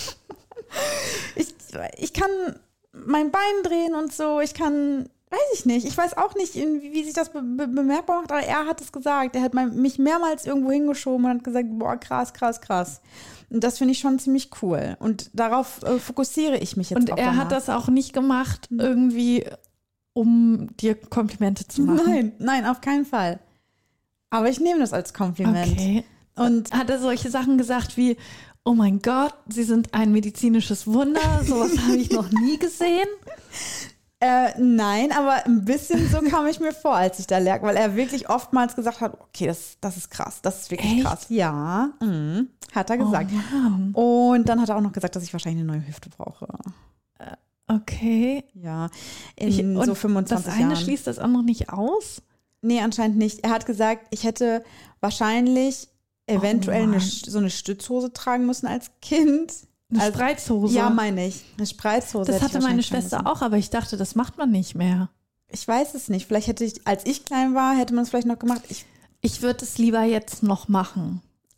Ich kann mein Bein drehen und so. Ich kann, weiß ich nicht. Ich weiß auch nicht, wie sich das bemerkbar macht, aber er hat es gesagt. Er hat mich mehrmals irgendwo hingeschoben und hat gesagt, boah, krass. Und das finde ich schon ziemlich cool. Und darauf fokussiere ich mich jetzt Und auch er danach. hat das auch nicht gemacht, irgendwie, um dir Komplimente zu machen. Nein, auf keinen Fall. Aber ich nehme das als Kompliment. Okay. Und hat er solche Sachen gesagt wie, oh mein Gott, Sie sind ein medizinisches Wunder, sowas habe ich noch nie gesehen. Nein, aber ein bisschen so kam ich mir vor, als ich da lag, weil er wirklich oftmals gesagt hat, okay, das ist krass, das ist wirklich Echt? krass. Ja, hat er gesagt. Oh, Und dann hat er auch noch gesagt, dass ich wahrscheinlich eine neue Hüfte brauche. okay. Ja, in so 25 das eine Jahren. schließt das andere nicht aus? Nee, anscheinend nicht. Er hat gesagt, ich hätte wahrscheinlich eventuell Mann. so eine Stützhose tragen müssen als Kind. Eine Spreizhose? Ja, meine ich. Eine Spreizhose. Das hätte ich hatte meine wahrscheinlich tragen Schwester müssen. auch, aber ich dachte, das macht man nicht mehr. Ich weiß es nicht. Vielleicht hätte ich, als ich klein war, hätte man es vielleicht noch gemacht. Ich würde es lieber jetzt noch machen.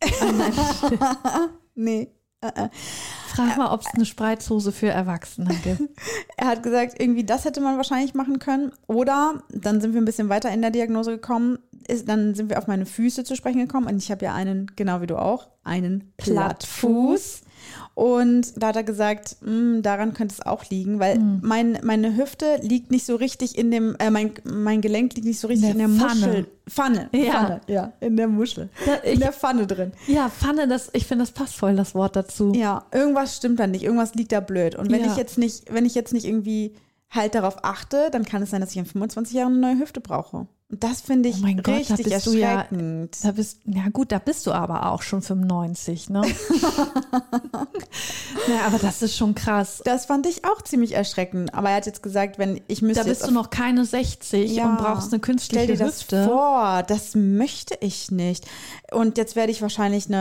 Nee. Frag mal, ob es eine Spreizhose für Erwachsene gibt. Er hat gesagt, irgendwie das hätte man wahrscheinlich machen können. Oder dann sind wir ein bisschen weiter in der Diagnose gekommen. Dann sind wir auf meine Füße zu sprechen gekommen. Und ich habe ja einen, genau wie du auch, einen Plattfuß. Und da hat er gesagt, daran könnte es auch liegen, weil meine Hüfte liegt nicht so richtig in dem, mein Gelenk liegt nicht so richtig in der Muschel. Pfanne, ja, in der Muschel. In der Pfanne drin. Ja, Pfanne, ich finde, das passt voll, das Wort dazu. Ja, irgendwas stimmt da nicht, irgendwas liegt da blöd. Und wenn ich jetzt nicht irgendwie halt darauf achte, dann kann es sein, dass ich in 25 Jahren eine neue Hüfte brauche. Und das finde ich richtig erschreckend. Da bist du aber auch schon 95, ne? Aber das ist schon krass. Das fand ich auch ziemlich erschreckend. Aber er hat jetzt gesagt, wenn ich müsste. Da bist du noch keine 60 und brauchst eine künstliche Stell dir Hüfte. das vor, das möchte ich nicht. Und jetzt werde ich ich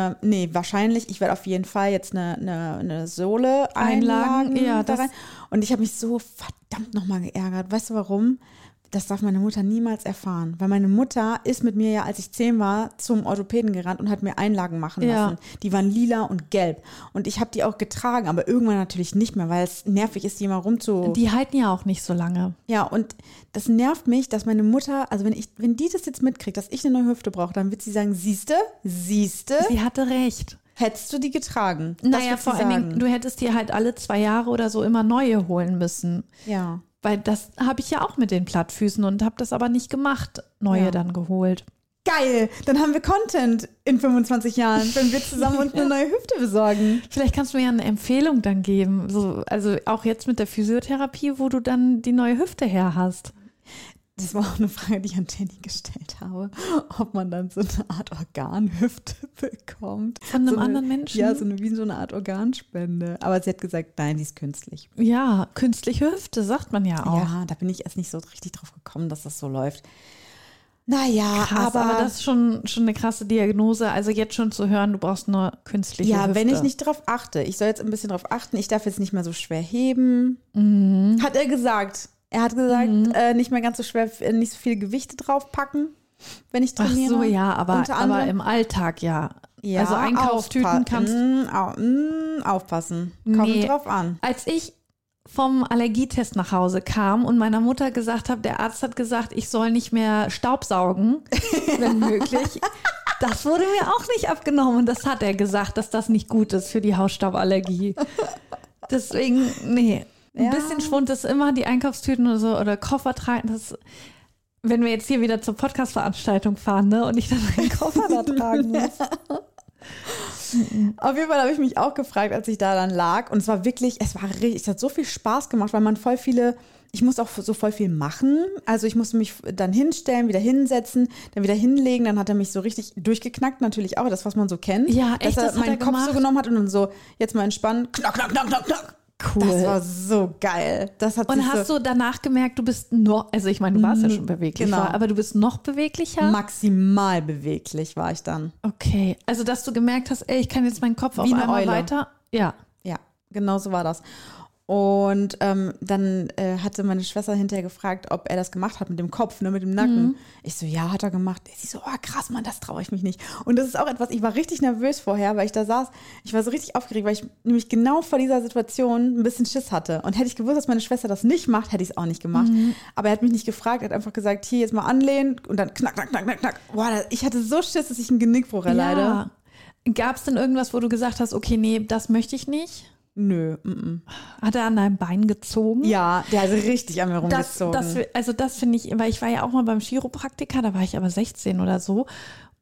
werde auf jeden Fall jetzt eine Sohle einlagen da rein. Und ich habe mich so verdammt nochmal geärgert. Weißt du warum? Das darf meine Mutter niemals erfahren. Weil meine Mutter ist mit mir ja, als ich 10 war, zum Orthopäden gerannt und hat mir Einlagen machen lassen. Die waren lila und gelb. Und ich habe die auch getragen, aber irgendwann natürlich nicht mehr, weil es nervig ist, die mal Die halten ja auch nicht so lange. Ja, und das nervt mich, dass meine Mutter, also wenn die das jetzt mitkriegt, dass ich eine neue Hüfte brauche, dann wird sie sagen, siehste? Sie hatte recht. Hättest du die getragen? Naja, vor allen Dingen, du hättest dir halt alle 2 Jahre oder so immer neue holen müssen. Ja. Weil das habe ich ja auch mit den Plattfüßen und habe das aber nicht gemacht, neue dann geholt. Geil, dann haben wir Content in 25 Jahren, wenn wir zusammen uns eine neue Hüfte besorgen. Vielleicht kannst du mir ja eine Empfehlung dann geben, also auch jetzt mit der Physiotherapie, wo du dann die neue Hüfte her hast. Das war auch eine Frage, die ich an Jenny gestellt habe, ob man dann so eine Art Organhüfte bekommt. Von einem anderen Menschen? Ja, wie so eine Art Organspende. Aber sie hat gesagt, nein, die ist künstlich. Ja, künstliche Hüfte, sagt man ja auch. Ja, da bin ich erst nicht so richtig drauf gekommen, dass das so läuft. Naja, krass, aber das ist schon eine krasse Diagnose. Also jetzt schon zu hören, du brauchst eine künstliche Hüfte. Ja, wenn ich nicht drauf achte. Ich soll jetzt ein bisschen drauf achten. Ich darf jetzt nicht mehr so schwer heben. Hat er gesagt. Er hat gesagt, nicht mehr ganz so schwer, nicht so viele Gewichte draufpacken, wenn ich trainiere. Ach so, ja, aber im Alltag ja. Also Einkaufstüten kannst du aufpassen. Kommt drauf an. Als ich vom Allergietest nach Hause kam und meiner Mutter gesagt habe, der Arzt hat gesagt, ich soll nicht mehr Staubsaugen, wenn möglich. Das wurde mir auch nicht abgenommen und das hat er gesagt, dass das nicht gut ist für die Hausstauballergie. Deswegen, nee. Ein bisschen Schwund ist immer, die Einkaufstüten oder so oder Koffer tragen. Wenn wir jetzt hier wieder zur Podcast-Veranstaltung fahren, ne, und ich dann einen Koffer da tragen muss. Auf jeden Fall habe ich mich auch gefragt, als ich da dann lag. Und es hat so viel Spaß gemacht, weil man ich musste auch so voll viel machen. Also ich musste mich dann hinstellen, wieder hinsetzen, dann wieder hinlegen. Dann hat er mich so richtig durchgeknackt, natürlich auch, das, was man so kennt. Ja, echt, dass er meinen Kopf so genommen hat und dann so, jetzt mal entspannen, knack, knack, knack, knack, knack. Cool. Das war so geil. Und hast du danach gemerkt, du bist noch, also ich meine, du warst ja schon beweglich, aber du bist noch beweglicher? Maximal beweglich war ich dann. Okay, also dass du gemerkt hast, ey, ich kann jetzt meinen Kopf auf einmal weiter. Ja. Ja, genau so war das. Und dann hatte meine Schwester hinterher gefragt, ob er das gemacht hat mit dem Kopf, ne, mit dem Nacken. Ich so, ja, hat er gemacht. Sie so, oh krass, Mann, das traue ich mich nicht. Und das ist auch etwas, ich war richtig nervös vorher, weil ich da saß. Ich war so richtig aufgeregt, weil ich nämlich genau vor dieser Situation ein bisschen Schiss hatte. Und hätte ich gewusst, dass meine Schwester das nicht macht, hätte ich es auch nicht gemacht. Aber er hat mich nicht gefragt, er hat einfach gesagt, hier, jetzt mal anlehnen und dann knack, knack, knack, knack, knack. Boah, ich hatte so Schiss, dass ich einen Genickbruch erleide. Ja. Gab es denn irgendwas, wo du gesagt hast, okay, nee, das möchte ich nicht? Nö. Hat er an deinem Bein gezogen? Ja, der hat richtig an mir rumgezogen. Das finde ich, weil ich war ja auch mal beim Chiropraktiker, da war ich aber 16 oder so.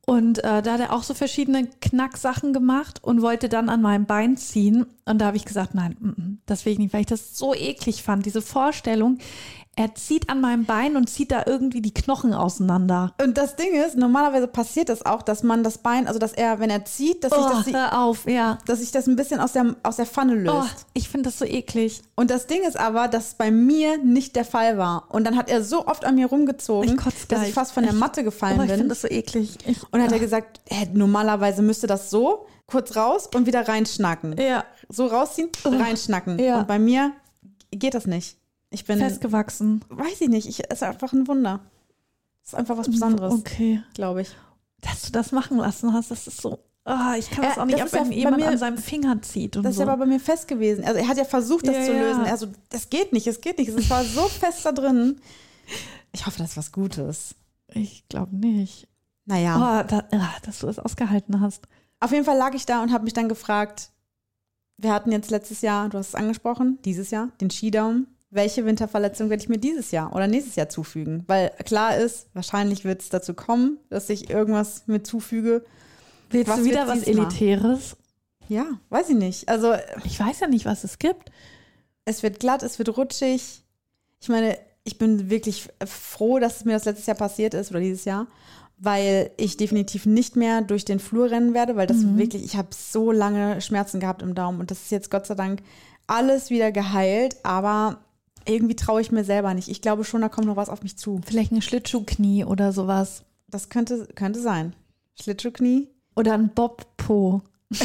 Und da hat er auch so verschiedene Knacksachen gemacht und wollte dann an meinem Bein ziehen. Und da habe ich gesagt, nein, das will ich nicht, weil ich das so eklig fand, diese Vorstellung. Er zieht an meinem Bein und zieht da irgendwie die Knochen auseinander. Und das Ding ist, normalerweise passiert das auch, dass man das Bein, also dass er, wenn er zieht, dass sich das ein bisschen aus der Pfanne löst. Oh, ich finde das so eklig. Und das Ding ist aber, dass es bei mir nicht der Fall war. Und dann hat er so oft an mir rumgezogen, dass ich fast von der Matte gefallen bin. Ich finde das so eklig. Und dann hat er gesagt, normalerweise müsste das so, kurz raus und wieder reinschnacken. Ja. So rausziehen, reinschnacken. Ja. Und bei mir geht das nicht. Ich bin festgewachsen. Weiß ich nicht. Es ist einfach ein Wunder. Es ist einfach was Besonderes. Okay. Glaube ich. Dass du das machen lassen hast, das ist so. Ich kann das auch nicht, wenn jemand an seinem Finger zieht. Und das ist ja aber bei mir fest gewesen. Also er hat ja versucht, das zu lösen. Also das geht nicht, es geht nicht. Es war so fest da drin. Ich hoffe, das ist was Gutes. Ich glaube nicht. Naja. Dass du es ausgehalten hast. Auf jeden Fall lag ich da und habe mich dann gefragt, wir hatten jetzt letztes Jahr, du hast es angesprochen, dieses Jahr, den Skidown. Welche Winterverletzung werde ich mir dieses Jahr oder nächstes Jahr zufügen? Weil klar ist, wahrscheinlich wird es dazu kommen, dass ich irgendwas mir zufüge. Willst du wieder was Elitäres? Ja, weiß ich nicht. Also ich weiß ja nicht, was es gibt. Es wird glatt, es wird rutschig. Ich meine, ich bin wirklich froh, dass mir das letztes Jahr passiert ist oder dieses Jahr, weil ich definitiv nicht mehr durch den Flur rennen werde, weil das wirklich, ich habe so lange Schmerzen gehabt im Daumen und das ist jetzt Gott sei Dank alles wieder geheilt, aber irgendwie traue ich mir selber nicht. Ich glaube schon, da kommt noch was auf mich zu. Vielleicht ein Schlittschuhknie oder sowas. Das könnte sein. Schlittschuhknie. Oder ein Bobpo.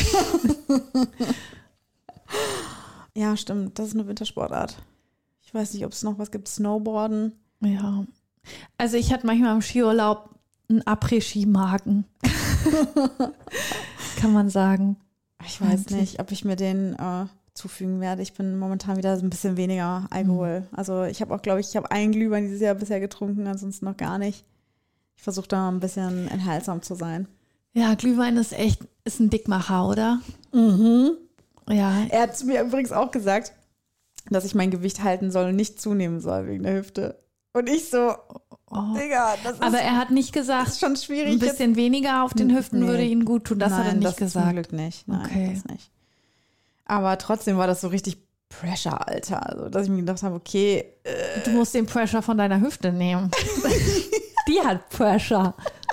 Ja, stimmt. Das ist eine Wintersportart. Ich weiß nicht, ob es noch was gibt. Snowboarden. Ja. Also ich hatte manchmal im Skiurlaub einen Après-Ski-Magen. Kann man sagen. Ich weiß nicht, ob ich mir den zufügen werde. Ich bin momentan wieder ein bisschen weniger Alkohol. Also ich habe auch, glaube ich, einen Glühwein dieses Jahr bisher getrunken, ansonsten noch gar nicht. Ich versuche da ein bisschen enthaltsam zu sein. Ja, Glühwein ist ein Dickmacher, oder? Mhm. Ja. Er hat zu mir übrigens auch gesagt, dass ich mein Gewicht halten soll und nicht zunehmen soll wegen der Hüfte. Und ich so, Digga, das ist... Aber er hat nicht gesagt, ist schon schwierig. Ein bisschen weniger auf den Hüften würde ihn gut tun. Das hat er nicht gesagt. Zum Glück nicht. Nein, das nicht. Aber trotzdem war das so richtig Pressure, Alter. Also, dass ich mir gedacht habe, okay. Du musst den Pressure von deiner Hüfte nehmen. Die hat Pressure.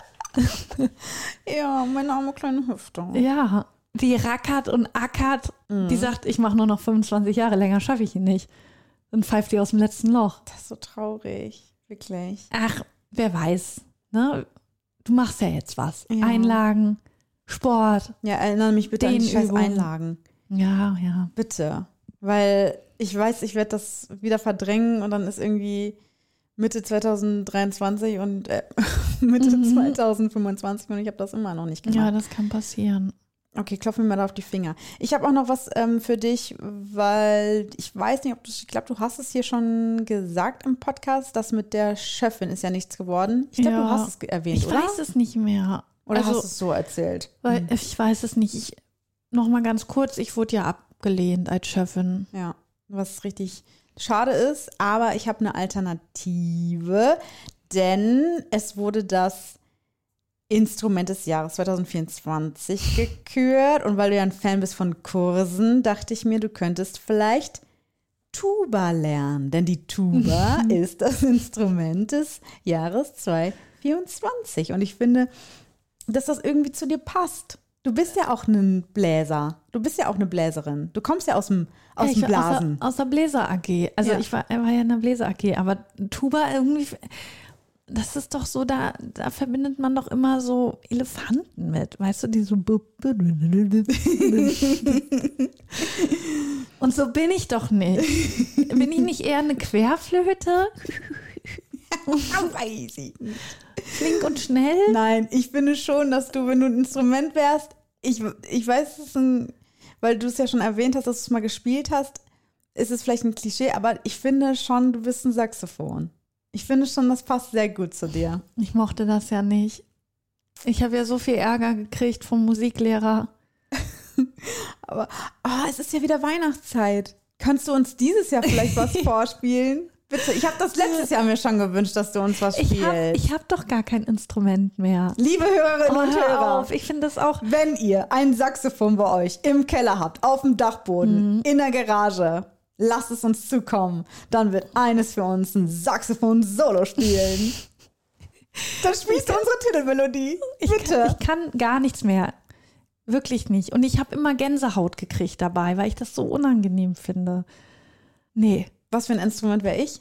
Ja, meine arme kleine Hüfte. Ja, die rackert und ackert. Die sagt, ich mache nur noch 25 Jahre, länger schaffe ich ihn nicht. Dann pfeift die aus dem letzten Loch. Das ist so traurig, wirklich. Ach, wer weiß. Ne? Du machst ja jetzt was. Ja. Einlagen, Sport. Ja, erinnere mich bitte an die scheiß Einlagen. Ja, ja. Bitte. Weil ich weiß, ich werde das wieder verdrängen und dann ist irgendwie Mitte 2023 und Mitte 2025 und ich habe das immer noch nicht gemacht. Ja, das kann passieren. Okay, klopf mir mal da auf die Finger. Ich habe auch noch was für dich, weil ich weiß nicht, ich glaube, du hast es hier schon gesagt im Podcast, das mit der Chefin ist ja nichts geworden. Ich glaube, du hast es erwähnt, oder? Ich weiß es nicht mehr. Oder hast du es so erzählt? Weil ich weiß es nicht. Noch mal ganz kurz, ich wurde ja abgelehnt als Chefin. Ja, was richtig schade ist, aber ich habe eine Alternative, denn es wurde das Instrument des Jahres 2024 gekürt und weil du ja ein Fan bist von Kursen, dachte ich mir, du könntest vielleicht Tuba lernen, denn die Tuba ist das Instrument des Jahres 2024 und ich finde, dass das irgendwie zu dir passt. Du bist ja auch ein Bläser. Du bist ja auch eine Bläserin. Du kommst ja aus dem Blasen. Aus der Bläser AG. Also ja. Ich war ja in der Bläser AG, aber Tuba irgendwie, das ist doch so, da verbindet man doch immer so Elefanten mit. Weißt du, die so. Und so bin ich doch nicht. Bin ich nicht eher eine Querflöte? Weiß ich nicht. Flink und schnell? Nein, ich finde schon, dass du, wenn du ein Instrument wärst, ich weiß, es ist weil du es ja schon erwähnt hast, dass du es mal gespielt hast, ist es vielleicht ein Klischee, aber ich finde schon, du bist ein Saxophon. Ich finde schon, das passt sehr gut zu dir. Ich mochte das ja nicht. Ich habe ja so viel Ärger gekriegt vom Musiklehrer. Aber es ist ja wieder Weihnachtszeit. Kannst du uns dieses Jahr vielleicht was vorspielen? Bitte, ich habe das letztes Jahr mir schon gewünscht, dass du uns was spielst. Ich hab doch gar kein Instrument mehr. Liebe Hörerinnen und hör Hörer, auf, ich finde das auch. wenn ihr ein Saxophon bei euch im Keller habt, auf dem Dachboden, in der Garage, lasst es uns zukommen. Dann wird eines für uns ein Saxophon-Solo spielen. Dann spielst du unsere Titelmelodie. Bitte. Ich kann gar nichts mehr. Wirklich nicht. Und ich habe immer Gänsehaut gekriegt dabei, weil ich das so unangenehm finde. Nee. Was für ein Instrument wäre ich?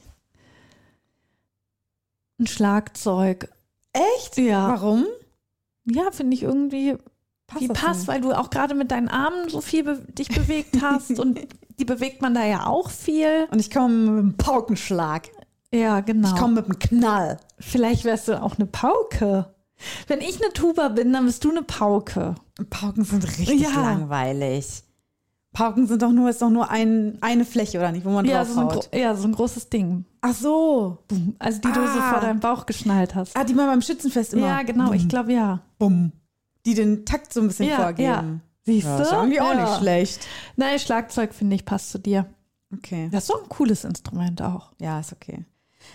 Ein Schlagzeug. Echt? Ja. Warum? Ja, finde ich irgendwie, die passt, weil du auch gerade mit deinen Armen so viel dich bewegt hast und die bewegt man da ja auch viel. Und ich komme mit einem Paukenschlag. Ja, genau. Ich komme mit einem Knall. Vielleicht wärst du auch eine Pauke. Wenn ich eine Tuba bin, dann bist du eine Pauke. Pauken sind richtig langweilig. Pauken ist doch nur eine Fläche, oder nicht, wo man draufhaut. So ein großes Ding. Ach so. Also die du so vor deinem Bauch geschnallt hast. Die man beim Schützenfest immer. Ja, genau, ich glaube ja. Bumm. Die den Takt so ein bisschen vorgeben. Ja. Siehst du? Das ist irgendwie auch nicht schlecht. Nein, Schlagzeug, finde ich, passt zu dir. Okay. Das ist so ein cooles Instrument auch. Ja, ist okay.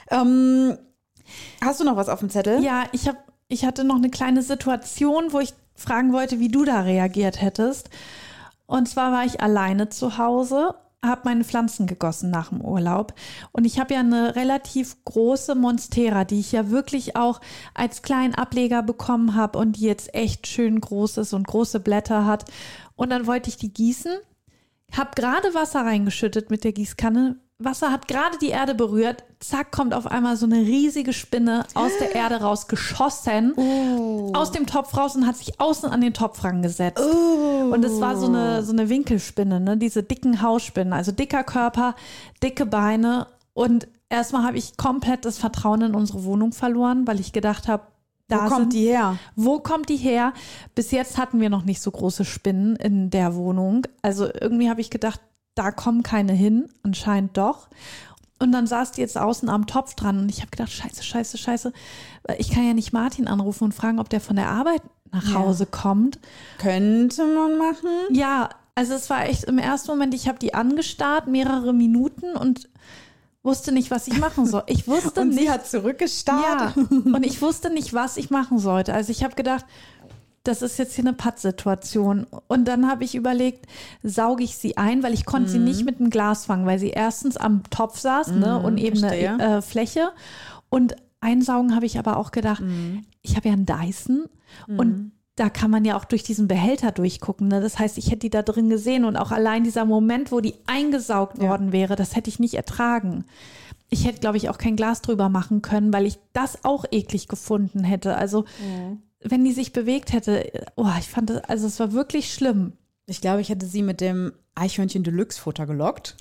Hast du noch was auf dem Zettel? Ja, ich hatte noch eine kleine Situation, wo ich fragen wollte, wie du da reagiert hättest. Und zwar war ich alleine zu Hause, habe meine Pflanzen gegossen nach dem Urlaub. Und ich habe ja eine relativ große Monstera, die ich ja wirklich auch als kleinen Ableger bekommen habe und die jetzt echt schön groß ist und große Blätter hat. Und dann wollte ich die gießen, habe gerade Wasser reingeschüttet mit der Gießkanne. Wasser hat gerade die Erde berührt. Zack, kommt auf einmal so eine riesige Spinne aus der Erde rausgeschossen, aus dem Topf raus und hat sich außen an den Topf rangesetzt. Und es war so eine Winkelspinne, ne? Diese dicken Hausspinnen, also dicker Körper, dicke Beine. Und erstmal habe ich komplett das Vertrauen in unsere Wohnung verloren, weil ich gedacht habe, wo kommt die her? Wo kommt die her? Bis jetzt hatten wir noch nicht so große Spinnen in der Wohnung. Also irgendwie habe ich gedacht, da kommen keine hin, anscheinend doch. Und dann saß die jetzt außen am Topf dran und ich habe gedacht, scheiße. Ich kann ja nicht Martin anrufen und fragen, ob der von der Arbeit nach Hause kommt. Könnte man machen. Ja, also es war echt im ersten Moment, ich habe die angestarrt, mehrere Minuten und wusste nicht, was ich machen soll. Ich wusste und nicht. Sie hat zurückgestarrt. Ja, und ich wusste nicht, was ich machen sollte. Also ich habe gedacht, das ist jetzt hier eine Pattsituation. Und dann habe ich überlegt, sauge ich sie ein, weil ich konnte sie nicht mit einem Glas fangen, weil sie erstens am Topf saß und eben eine Fläche. Und einsaugen habe ich aber auch gedacht, ich habe ja einen Dyson und da kann man ja auch durch diesen Behälter durchgucken. Ne? Das heißt, ich hätte die da drin gesehen und auch allein dieser Moment, wo die eingesaugt worden wäre, das hätte ich nicht ertragen. Ich hätte, glaube ich, auch kein Glas drüber machen können, weil ich das auch eklig gefunden hätte. Also wenn die sich bewegt hätte, ich fand das, also es war wirklich schlimm. Ich glaube, ich hätte sie mit dem Eichhörnchen Deluxe Futter gelockt.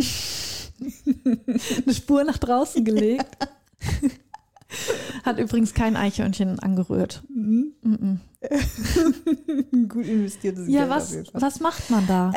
Eine Spur nach draußen gelegt. Hat übrigens kein Eichhörnchen angerührt. Gut investiertes Geld. Ja, was macht man da?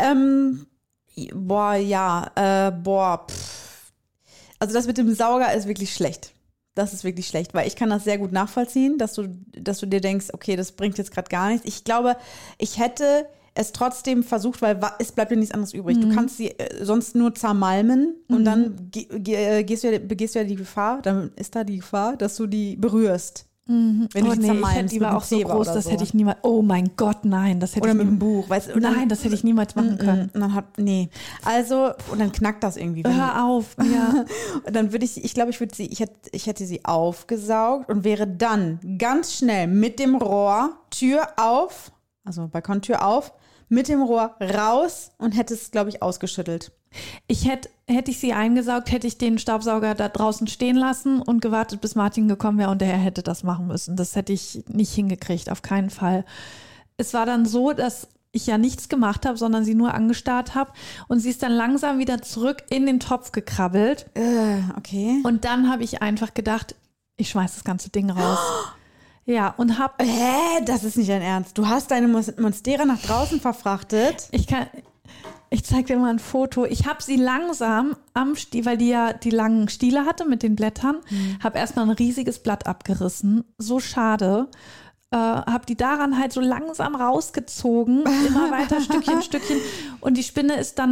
Also das mit dem Sauger ist wirklich schlecht. Das ist wirklich schlecht, weil ich kann das sehr gut nachvollziehen, dass du dir denkst, okay, das bringt jetzt gerade gar nichts. Ich glaube, ich hätte es trotzdem versucht, weil es bleibt dir nichts anderes übrig. Du kannst sie sonst nur zermalmen und dann begehst du ja die Gefahr, dann ist da die Gefahr, dass du die berührst. Wenn du die zermalmst. Die war auch so groß, das hätte ich niemals, oh mein Gott, nein, das hätte oder ich mit dem Buch. Weißt, nein, das hätte ich niemals machen können. Und dann und dann knackt das irgendwie. Hör auf, ja. Und dann ich hätte sie aufgesaugt und wäre dann ganz schnell mit dem Rohr, Tür auf, also Balkontür auf, mit dem Rohr raus und hätte es, glaube ich, ausgeschüttelt. Hätte ich sie eingesaugt, hätte ich den Staubsauger da draußen stehen lassen und gewartet, bis Martin gekommen wäre und der hätte das machen müssen. Das hätte ich nicht hingekriegt, auf keinen Fall. Es war dann so, dass ich ja nichts gemacht habe, sondern sie nur angestarrt habe und sie ist dann langsam wieder zurück in den Topf gekrabbelt. Okay. Und dann habe ich einfach gedacht, ich schmeiß das ganze Ding raus. Ja, und hab... Das ist nicht dein Ernst. Du hast deine Monstera nach draußen verfrachtet? Ich zeig dir mal ein Foto. Ich habe sie langsam am Stiel, weil die ja die langen Stiele hatte mit den Blättern, habe erstmal ein riesiges Blatt abgerissen. So schade. Habe die daran halt so langsam rausgezogen, immer weiter Stückchen. Und die Spinne ist dann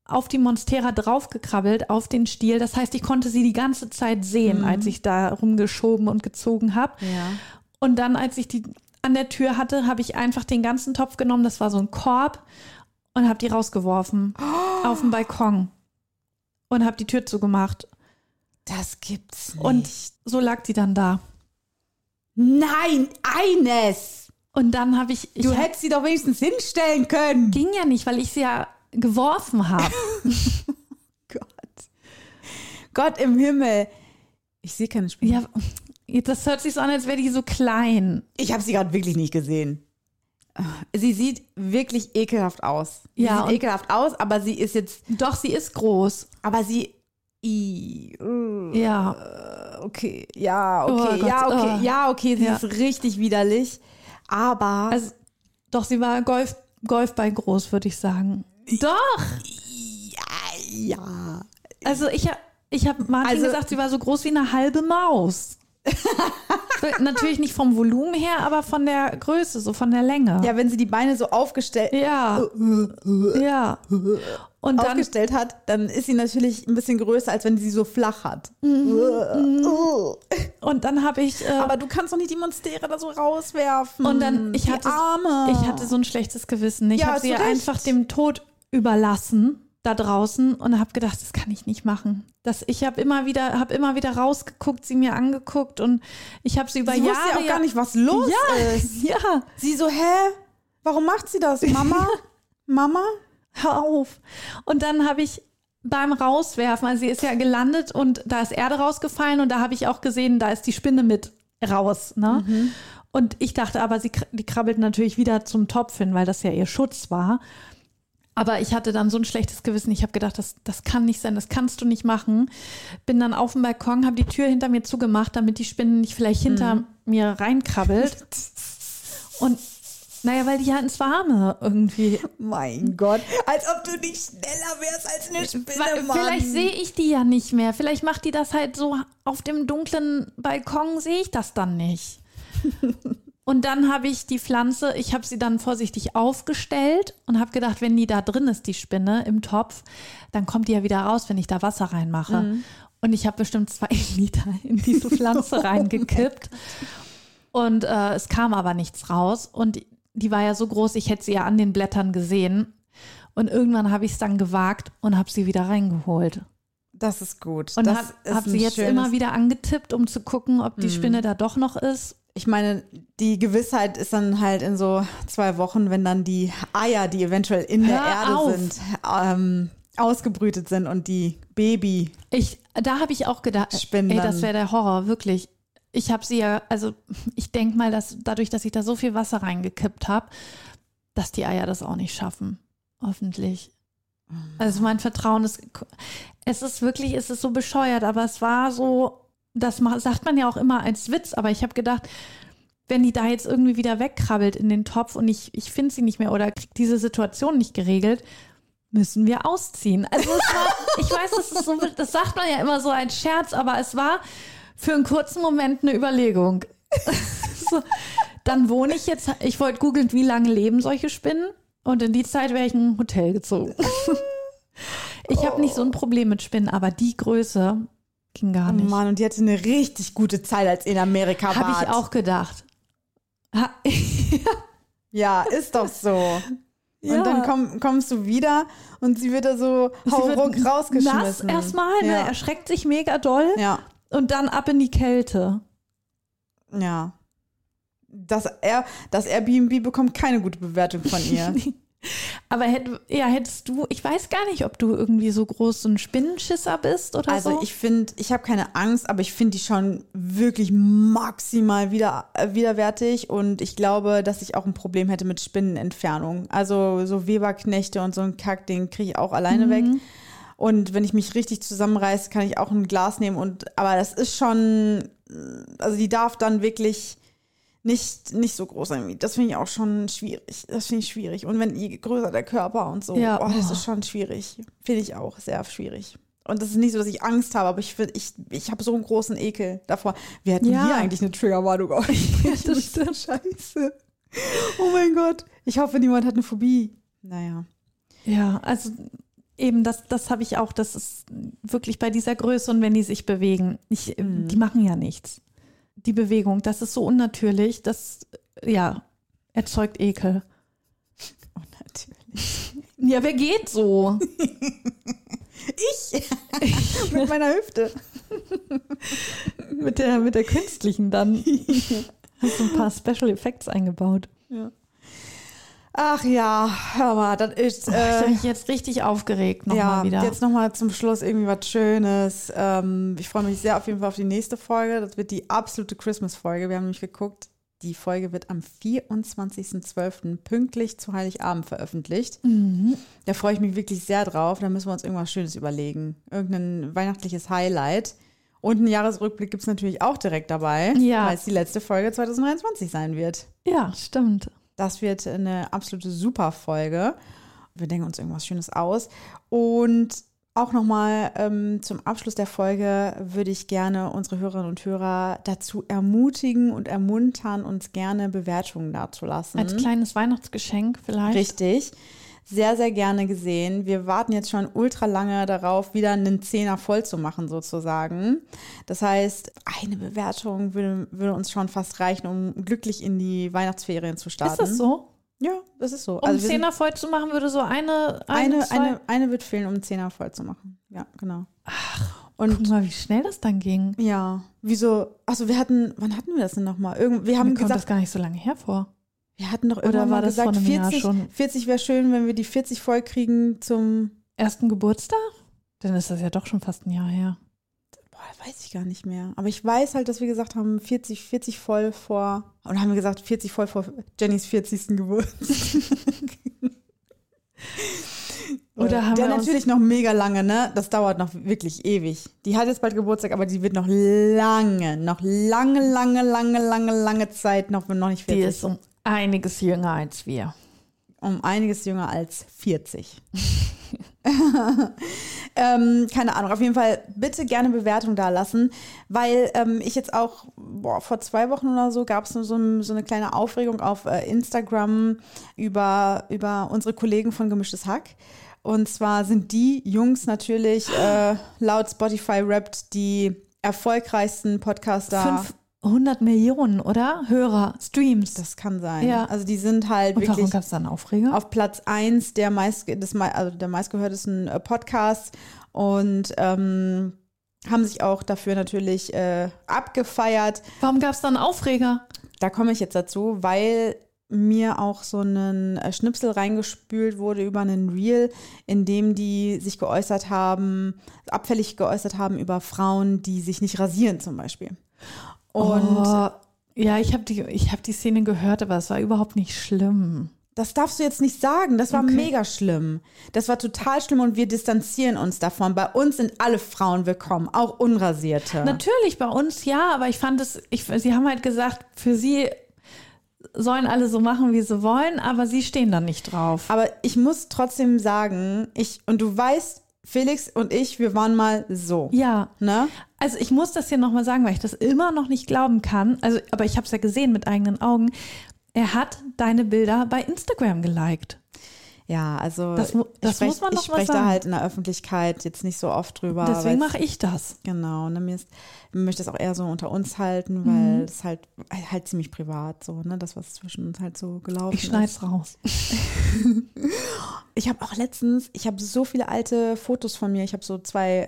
auf die Monstera draufgekrabbelt, auf den Stiel. Das heißt, ich konnte sie die ganze Zeit sehen, als ich da rumgeschoben und gezogen habe. Ja. Und dann, als ich die an der Tür hatte, habe ich einfach den ganzen Topf genommen, das war so ein Korb, und habe die rausgeworfen auf den Balkon und habe die Tür zugemacht. Das gibt's nicht. Und so lag die dann da. Nein, Eines! Und dann habe ich Du hättest sie doch wenigstens hinstellen können. ging ja nicht, weil ich sie ja geworfen habe. Gott im Himmel. Ich sehe keine Spinne. Ja, das hört sich so an, als wäre die so klein. Ich habe sie gerade wirklich nicht gesehen. Sie sieht wirklich ekelhaft aus. Sie Ja, sieht und- ekelhaft aus, aber sie ist jetzt, Doch, sie ist groß. aber sie, Ja. okay, ja, okay, Oh Gott, ja, okay, oh. ja, okay, sie Ja. ist richtig widerlich, aber Also, doch, sie war Golfball groß, würde ich sagen. Doch! ja. Also ich hab Martin Also- gesagt, sie war so groß wie eine halbe Maus. Natürlich nicht vom Volumen her, aber von der Größe, so von der Länge. Ja, wenn sie die Beine so aufgestellt Ja. Ja. Und dann, aufgestellt hat, dann ist sie natürlich ein bisschen größer, als wenn sie so flach hat. und dann habe ich. Aber du kannst doch nicht die Monstera da so rauswerfen. Und dann, ich hatte so ein schlechtes Gewissen. Ich Ja, habe sie zu ja Recht. einfach dem Tod überlassen da draußen und habe gedacht, das kann ich nicht machen. Ich habe immer wieder rausgeguckt, sie mir angeguckt und ich habe sie über Sie Jahre. wusste ja auch gar nicht, was los ist. Ja, Sie so, hä? Warum macht sie das? Mama? Mama? hör auf. Und dann habe ich beim Rauswerfen, also sie ist ja gelandet und da ist Erde rausgefallen und da habe ich auch gesehen, da ist die Spinne mit raus. Ne? Und ich dachte aber, die krabbelt natürlich wieder zum Topf hin, weil das ja ihr Schutz war. Aber ich hatte dann so ein schlechtes Gewissen. Ich habe gedacht, das kann nicht sein, das kannst du nicht machen. Bin dann auf dem Balkon, habe die Tür hinter mir zugemacht, damit die Spinne nicht vielleicht hinter mir reinkrabbelt. Und naja, weil die ja ins Warme irgendwie. Mein Gott. Als ob du nicht schneller wärst als eine Spinne, Mann. Vielleicht sehe ich die ja nicht mehr. Vielleicht macht die das halt so auf dem dunklen Balkon, sehe ich das dann nicht. Und dann habe ich die Pflanze, ich habe sie dann vorsichtig aufgestellt und habe gedacht, wenn die da drin ist, die Spinne im Topf, dann kommt die ja wieder raus, wenn ich da Wasser reinmache. Und ich habe bestimmt 2 Liter in diese Pflanze reingekippt. Und es kam aber nichts raus. Und die war ja so groß, ich hätte sie ja an den Blättern gesehen. Und irgendwann habe ich es dann gewagt und habe sie wieder reingeholt. Das ist gut. Und das ist habe ein sie jetzt schönes- immer wieder angetippt, um zu gucken, ob die Spinne da doch noch ist. Ich meine, die Gewissheit ist dann halt in so 2 Wochen, wenn dann die Eier, die eventuell in der Hör Erde auf. sind, ausgebrütet sind und die Baby. Da habe ich auch gedacht, Spinnen ey, dann. das wäre der Horror, wirklich. Ich habe sie ja, also ich denke mal, dass dadurch, dass ich da so viel Wasser reingekippt habe, dass die Eier das auch nicht schaffen. Hoffentlich. Also mein Vertrauen ist, es ist so bescheuert, aber es war so, sagt man ja auch immer als Witz, aber ich habe gedacht, wenn die da jetzt irgendwie wieder wegkrabbelt in den Topf und ich finde sie nicht mehr oder kriege diese Situation nicht geregelt, müssen wir ausziehen. Also ich weiß, das sagt man ja immer so als Scherz, aber es war für einen kurzen Moment eine Überlegung. So, dann wohne ich jetzt, ich wollte googeln, wie lange leben solche Spinnen und in die Zeit wäre ich in ein Hotel gezogen. Ich habe nicht so ein Problem mit Spinnen, aber die Größe ging gar Oh nicht. Mann, und die hatte eine richtig gute Zeit, als in Amerika war. Habe ich auch gedacht. Ja, ist doch so. Ja. Und dann kommst du wieder und sie wird da so hauruck nass rausgeschmissen. erstmal, ne? Ja. Erschreckt sich mega doll Ja, und dann ab in die Kälte. ja. Das Airbnb bekommt keine gute Bewertung von ihr. Aber hättest du, ich weiß gar nicht, ob du irgendwie so groß so ein Spinnenschisser bist oder so. Also ich finde, ich habe keine Angst, aber ich finde die schon wirklich maximal widerwärtig und ich glaube, dass ich auch ein Problem hätte mit Spinnenentfernung. Also so Weberknechte und so ein Kackding kriege ich auch alleine weg. Und wenn ich mich richtig zusammenreiße, kann ich auch ein Glas nehmen. Aber das ist schon, also die darf dann wirklich nicht so groß sein. Das finde ich auch schon schwierig. Das finde ich schwierig. Und wenn je größer der Körper und so, Ja. das ist schon schwierig. Finde ich auch sehr schwierig. Und das ist nicht so, dass ich Angst habe, aber ich habe so einen großen Ekel davor. Wir hätten Ja. hier eigentlich eine Triggerwarnung. Das stimmt. Scheiße. Oh mein Gott. Ich hoffe, niemand hat eine Phobie. Naja. Ja, also Eben, das habe ich auch, das ist wirklich bei dieser Größe und wenn die sich bewegen, die machen ja nichts. Die Bewegung, das ist so unnatürlich, das, erzeugt Ekel. Unnatürlich. Ja, wer geht so? Ich mit meiner Hüfte. mit der künstlichen dann. Hast du ein paar Special Effects eingebaut. Ja. Ach ja, hör mal, das ist. Ich habe mich jetzt richtig aufgeregt nochmal wieder. Jetzt nochmal zum Schluss irgendwie was Schönes. Ich freue mich sehr auf jeden Fall auf die nächste Folge. Das wird die absolute Christmas-Folge. Wir haben nämlich geguckt, die Folge wird am 24.12. pünktlich zu Heiligabend veröffentlicht. Mhm. Da freue ich mich wirklich sehr drauf. Da müssen wir uns irgendwas Schönes überlegen. Irgendein weihnachtliches Highlight. Und einen Jahresrückblick gibt es natürlich auch direkt dabei, weil es die letzte Folge 2023 sein wird. Ja, stimmt. Das wird eine absolute super Folge. Wir denken uns irgendwas Schönes aus. Und auch nochmal zum Abschluss der Folge würde ich gerne unsere Hörerinnen und Hörer dazu ermutigen und ermuntern, uns gerne Bewertungen dazulassen. Als kleines Weihnachtsgeschenk vielleicht. Richtig. Sehr, sehr gerne gesehen. Wir warten jetzt schon ultra lange darauf, wieder einen Zehner voll zu machen sozusagen. Das heißt, eine Bewertung würde uns schon fast reichen, um glücklich in die Weihnachtsferien zu starten. Ist das so? Ja, das ist so. Um einen Zehner voll zu machen, würde so eine wird fehlen, um einen Zehner voll zu machen. Ja, genau. Ach, und guck mal, wie schnell das dann ging. Ja, wieso? Also wann hatten wir das denn nochmal? Wir haben Mir kommt gesagt, das gar nicht so lange hervor. Wir hatten doch Oder irgendwann war mal das gesagt, vor einem Jahr schon? 40 wäre schön, wenn wir die 40 voll kriegen zum ersten Geburtstag? Dann ist das ja doch schon fast ein Jahr her. Boah, weiß ich gar nicht mehr. Aber ich weiß halt, dass wir gesagt haben, 40 voll vor, und haben wir gesagt, 40 voll vor Jennys 40. Geburtstag. Oder haben der wir natürlich noch mega lange, ne? Das dauert noch wirklich ewig. Die hat jetzt bald Geburtstag, aber die wird noch lange Zeit noch nicht 40. Die ist um einiges jünger als wir. Um einiges jünger als 40. Keine Ahnung, auf jeden Fall bitte gerne Bewertung da lassen, weil ich jetzt auch, vor 2 Wochen oder so gab es so eine kleine Aufregung auf Instagram über unsere Kollegen von Gemischtes Hack. Und zwar sind die Jungs natürlich laut Spotify Wrapped die erfolgreichsten Podcaster. 500 Millionen, oder? Hörer, Streams. Das kann sein. Ja. Also die sind halt Und wirklich warum gab es da einen Aufreger? auf Platz 1 der meistgehörtesten Podcasts und haben sich auch dafür natürlich abgefeiert. Warum gab es da einen Aufreger? Da komme ich jetzt dazu, weil mir auch so ein Schnipsel reingespült wurde über einen Reel, in dem die sich abfällig geäußert haben über Frauen, die sich nicht rasieren zum Beispiel. Und ja, ich hab die Szene gehört, aber es war überhaupt nicht schlimm. Das darfst du jetzt nicht sagen. Das war mega schlimm. Das war total schlimm und wir distanzieren uns davon. Bei uns sind alle Frauen willkommen, auch Unrasierte. Natürlich, bei uns ja, aber ich fand sie haben halt gesagt, für sie sollen alle so machen, wie sie wollen, aber sie stehen da nicht drauf. Aber ich muss trotzdem sagen, und du weißt, Felix und ich, wir waren mal so. Ja. Ne? Also ich muss das hier nochmal sagen, weil ich das immer noch nicht glauben kann. Aber ich habe es ja gesehen mit eigenen Augen. Er hat deine Bilder bei Instagram geliked. Ja, also das muss man noch mal sagen. Ich spreche da halt in der Öffentlichkeit jetzt nicht so oft drüber. Deswegen mache ich das. Genau, und ich möchte das auch eher so unter uns halten, weil es halt ziemlich privat so, ne, das, was zwischen uns halt so gelaufen ist. Ich schneid's raus. Ich habe auch letztens, so viele alte Fotos von mir, ich habe so zwei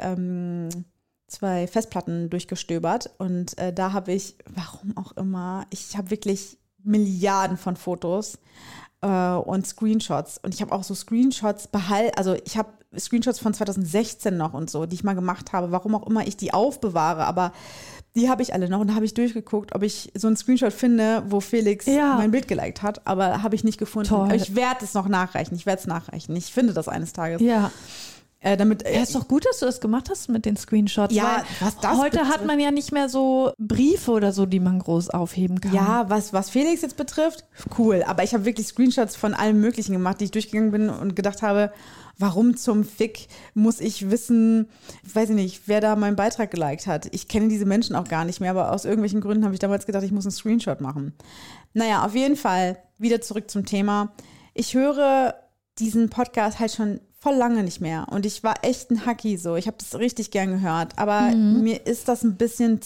Festplatten durchgestöbert und da habe ich, warum auch immer, ich habe wirklich Milliarden von Fotos und Screenshots. Und ich habe auch so Screenshots ich habe Screenshots von 2016 noch und so, die ich mal gemacht habe, warum auch immer ich die aufbewahre, aber die habe ich alle noch und da habe ich durchgeguckt, ob ich so einen Screenshot finde, wo Felix mein Bild geliked hat, aber habe ich nicht gefunden. Toll. Aber ich werde es noch nachreichen, ich finde das eines Tages. Ja. Damit, ist doch gut, dass du das gemacht hast mit den Screenshots. Ja, weil was das heute hat man ja nicht mehr so Briefe oder so, die man groß aufheben kann. Ja, was Felix jetzt betrifft, cool. Aber ich habe wirklich Screenshots von allem Möglichen gemacht, die ich durchgegangen bin und gedacht habe, warum zum Fick muss ich wissen, weiß ich nicht, wer da meinen Beitrag geliked hat. Ich kenne diese Menschen auch gar nicht mehr, aber aus irgendwelchen Gründen habe ich damals gedacht, ich muss einen Screenshot machen. Naja, auf jeden Fall wieder zurück zum Thema. Ich höre diesen Podcast halt schon voll lange nicht mehr. Und ich war echt ein Hacki so. Ich habe das richtig gern gehört. Aber mir ist das ein bisschen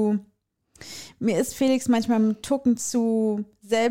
mir ist Felix manchmal einen Tucken zu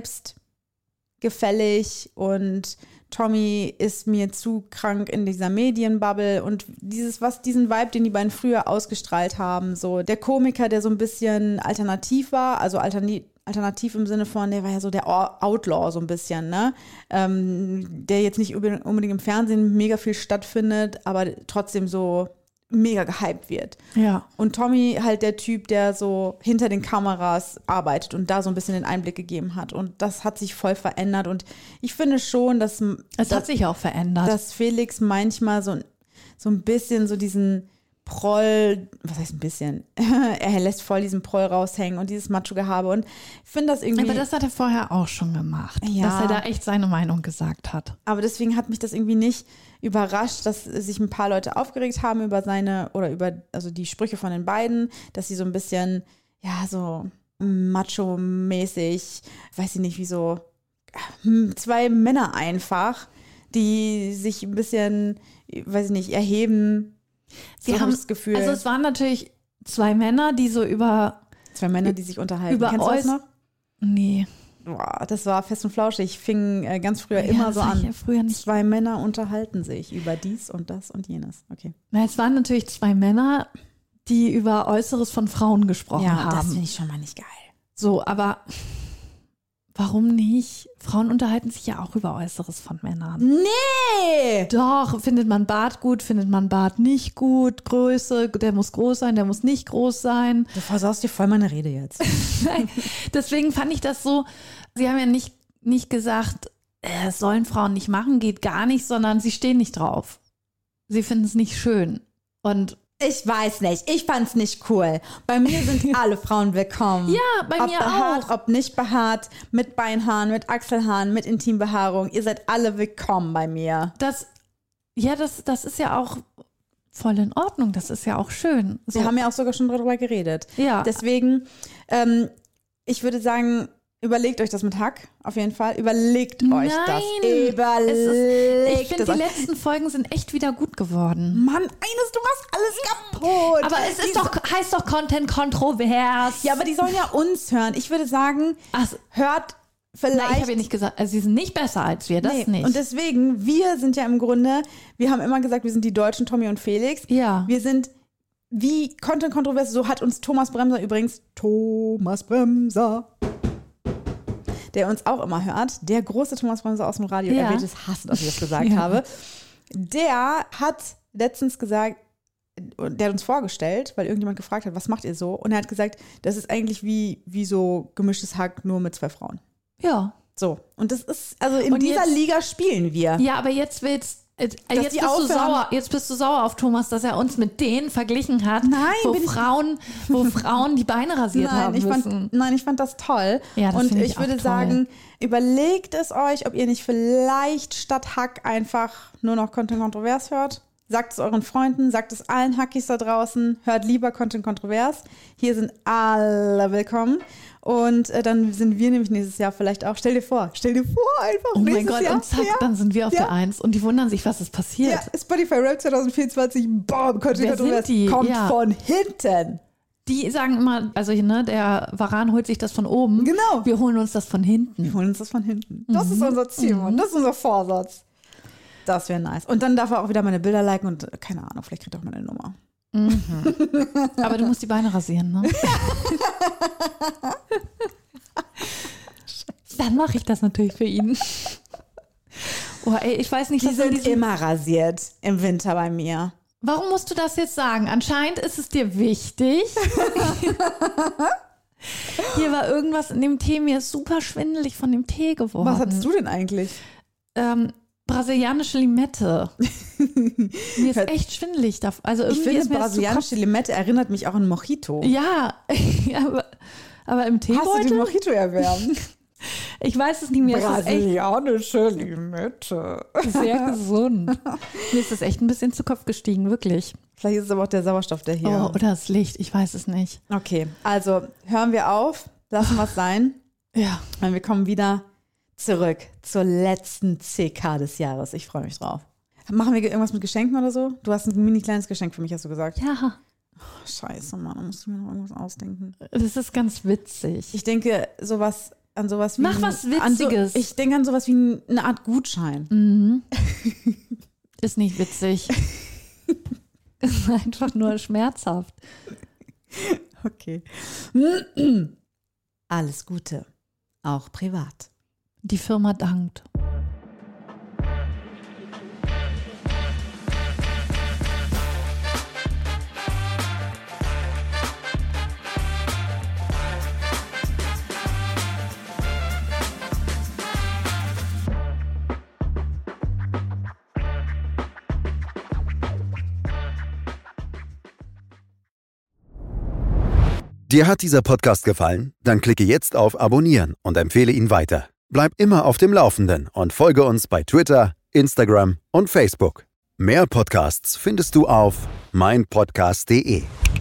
selbstgefällig und Tommy ist mir zu krank in dieser Medienbubble und diesen Vibe, den die beiden früher ausgestrahlt haben, so der Komiker, der so ein bisschen alternativ war, also alternativ im Sinne von, der war ja so der Outlaw so ein bisschen, ne? Der jetzt nicht unbedingt im Fernsehen mega viel stattfindet, aber trotzdem so mega gehypt wird. Ja. Und Tommy halt der Typ, der so hinter den Kameras arbeitet und da so ein bisschen den Einblick gegeben hat. Und das hat sich voll verändert. Und ich finde schon, dass Es hat sich auch verändert. dass Felix manchmal so ein bisschen so diesen Proll, was heißt ein bisschen? Er lässt voll diesen Proll raushängen und dieses Macho-Gehabe. Und ich finde das irgendwie. Aber das hat er vorher auch schon gemacht, Ja. dass er da echt seine Meinung gesagt hat. Aber deswegen hat mich das irgendwie nicht überrascht, dass sich ein paar Leute aufgeregt haben über also die Sprüche von den beiden, dass sie so ein bisschen, ja, so macho-mäßig, weiß ich nicht, wie so zwei Männer einfach, die sich ein bisschen, weiß ich nicht, erheben. Sie haben das Gefühl. Also es waren natürlich zwei Männer, die so zwei Männer, die sich unterhalten. Kennst du das noch? Nee. Boah, das war Fest und Flauschig. Fing ganz früher immer so an. Ja, früher nicht. Zwei Männer unterhalten sich über dies und das und jenes. Okay. Na, es waren natürlich zwei Männer, die über Äußeres von Frauen gesprochen haben. Ja, das finde ich schon mal nicht geil. So, aber warum nicht? Frauen unterhalten sich ja auch über Äußeres von Männern. Nee! Doch, findet man Bart gut, findet man Bart nicht gut, Größe, der muss groß sein, der muss nicht groß sein. Du versaust dir voll meine Rede jetzt. Nein, deswegen fand ich das so, sie haben ja nicht gesagt, das sollen Frauen nicht machen, geht gar nicht, sondern sie stehen nicht drauf. Sie finden es nicht schön. Und ich weiß nicht, ich fand's nicht cool. Bei mir sind alle Frauen willkommen. Ja, bei mir behaart, auch. Ob nicht behaart, mit Beinhaaren, mit Achselhaaren, mit Intimbehaarung. Ihr seid alle willkommen bei mir. Das ist ja auch voll in Ordnung, das ist ja auch schön. So. Wir haben ja auch sogar schon darüber geredet. Ja. Deswegen, ich würde sagen, überlegt euch das mit Hack, auf jeden Fall. Überlegt euch das. Ich finde, die letzten Folgen sind echt wieder gut geworden. Mann, du machst alles kaputt. Aber es ist heißt doch Content kontrovers. Ja, aber die sollen ja uns hören. Ich würde sagen, hört vielleicht. Nein, ich habe ja nicht gesagt, also sie sind nicht besser als wir, das nicht. Und deswegen, wir sind ja im Grunde, wir haben immer gesagt, wir sind die deutschen Tommy und Felix. Ja. Wir sind wie Content kontrovers, so hat uns Thomas Bremser übrigens, der uns auch immer hört, der große Thomas Bremser aus dem Radio, Ja. er wird es hassen, dass ich das gesagt habe, der hat letztens gesagt, der hat uns vorgestellt, weil irgendjemand gefragt hat, was macht ihr so? Und er hat gesagt, das ist eigentlich wie so gemischtes Hack, nur mit 2 Frauen. Ja. So, und das ist, also in dieser Liga spielen wir. Ja, aber jetzt bist du sauer. Jetzt bist du sauer auf Thomas, dass er uns mit denen verglichen hat, wo Frauen die Beine rasiert haben müssen. Ich fand das toll. Ja, das und finde ich würde auch sagen, überlegt es euch, ob ihr nicht vielleicht statt Hack einfach nur noch Content kontrovers hört. Sagt es euren Freunden, sagt es allen Hackies da draußen, hört lieber Content kontrovers. Hier sind alle willkommen. Und dann sind wir nämlich nächstes Jahr vielleicht auch, stell dir vor einfach Oh mein nächstes Gott, Jahr. und zack, dann sind wir auf der 1 und die wundern sich, was ist passiert. Ja, Spotify Rap 2024, boom, Content kontrovers kommt von hinten. Die sagen immer, also der Varan holt sich das von oben. Genau. Wir holen uns das von hinten. Wir holen uns das von hinten. Das ist unser Ziel, Mann. Das ist unser Vorsatz. Das wäre nice. Und dann darf er auch wieder meine Bilder liken und keine Ahnung, vielleicht kriegt er auch meine Nummer. Aber du musst die Beine rasieren, ne? Dann mache ich das natürlich für ihn. Oh, ey, ich weiß nicht, Die sind immer rasiert im Winter bei mir. Warum musst du das jetzt sagen? Anscheinend ist es dir wichtig. Hier war irgendwas in dem Tee, mir ist super schwindelig von dem Tee geworden. Was hattest du denn eigentlich? Brasilianische Limette. Mir ist echt schwindelig. Also Ich irgendwie finde, ist mir brasilianische Limette erinnert mich auch an Mojito. Ja, aber im Teebeutel? Hast du den Mojito erwärmt? Ich weiß es nicht mehr. Brasilianische Limette. Sehr gesund. Mir ist das echt ein bisschen zu Kopf gestiegen, wirklich. Vielleicht ist es aber auch der Sauerstoff, der hier... Oh, oder das Licht, ich weiß es nicht. Okay, also hören wir auf, lassen wir es sein. Ja. Und wir kommen wieder zurück zur letzten CK des Jahres. Ich freue mich drauf. Machen wir irgendwas mit Geschenken oder so? Du hast ein mini kleines Geschenk für mich, hast du gesagt. Ja. Oh, scheiße, Mann, da musst du mir noch irgendwas ausdenken. Das ist ganz witzig. Ich denke an sowas wie... Mach was Witziges. Ich denke an sowas wie eine Art Gutschein. Mhm. Ist nicht witzig. Ist einfach nur schmerzhaft. Okay. Alles Gute, auch privat. Die Firma dankt. Dir hat dieser Podcast gefallen? Dann klicke jetzt auf Abonnieren und empfehle ihn weiter. Bleib immer auf dem Laufenden und folge uns bei Twitter, Instagram und Facebook. Mehr Podcasts findest du auf meinpodcast.de.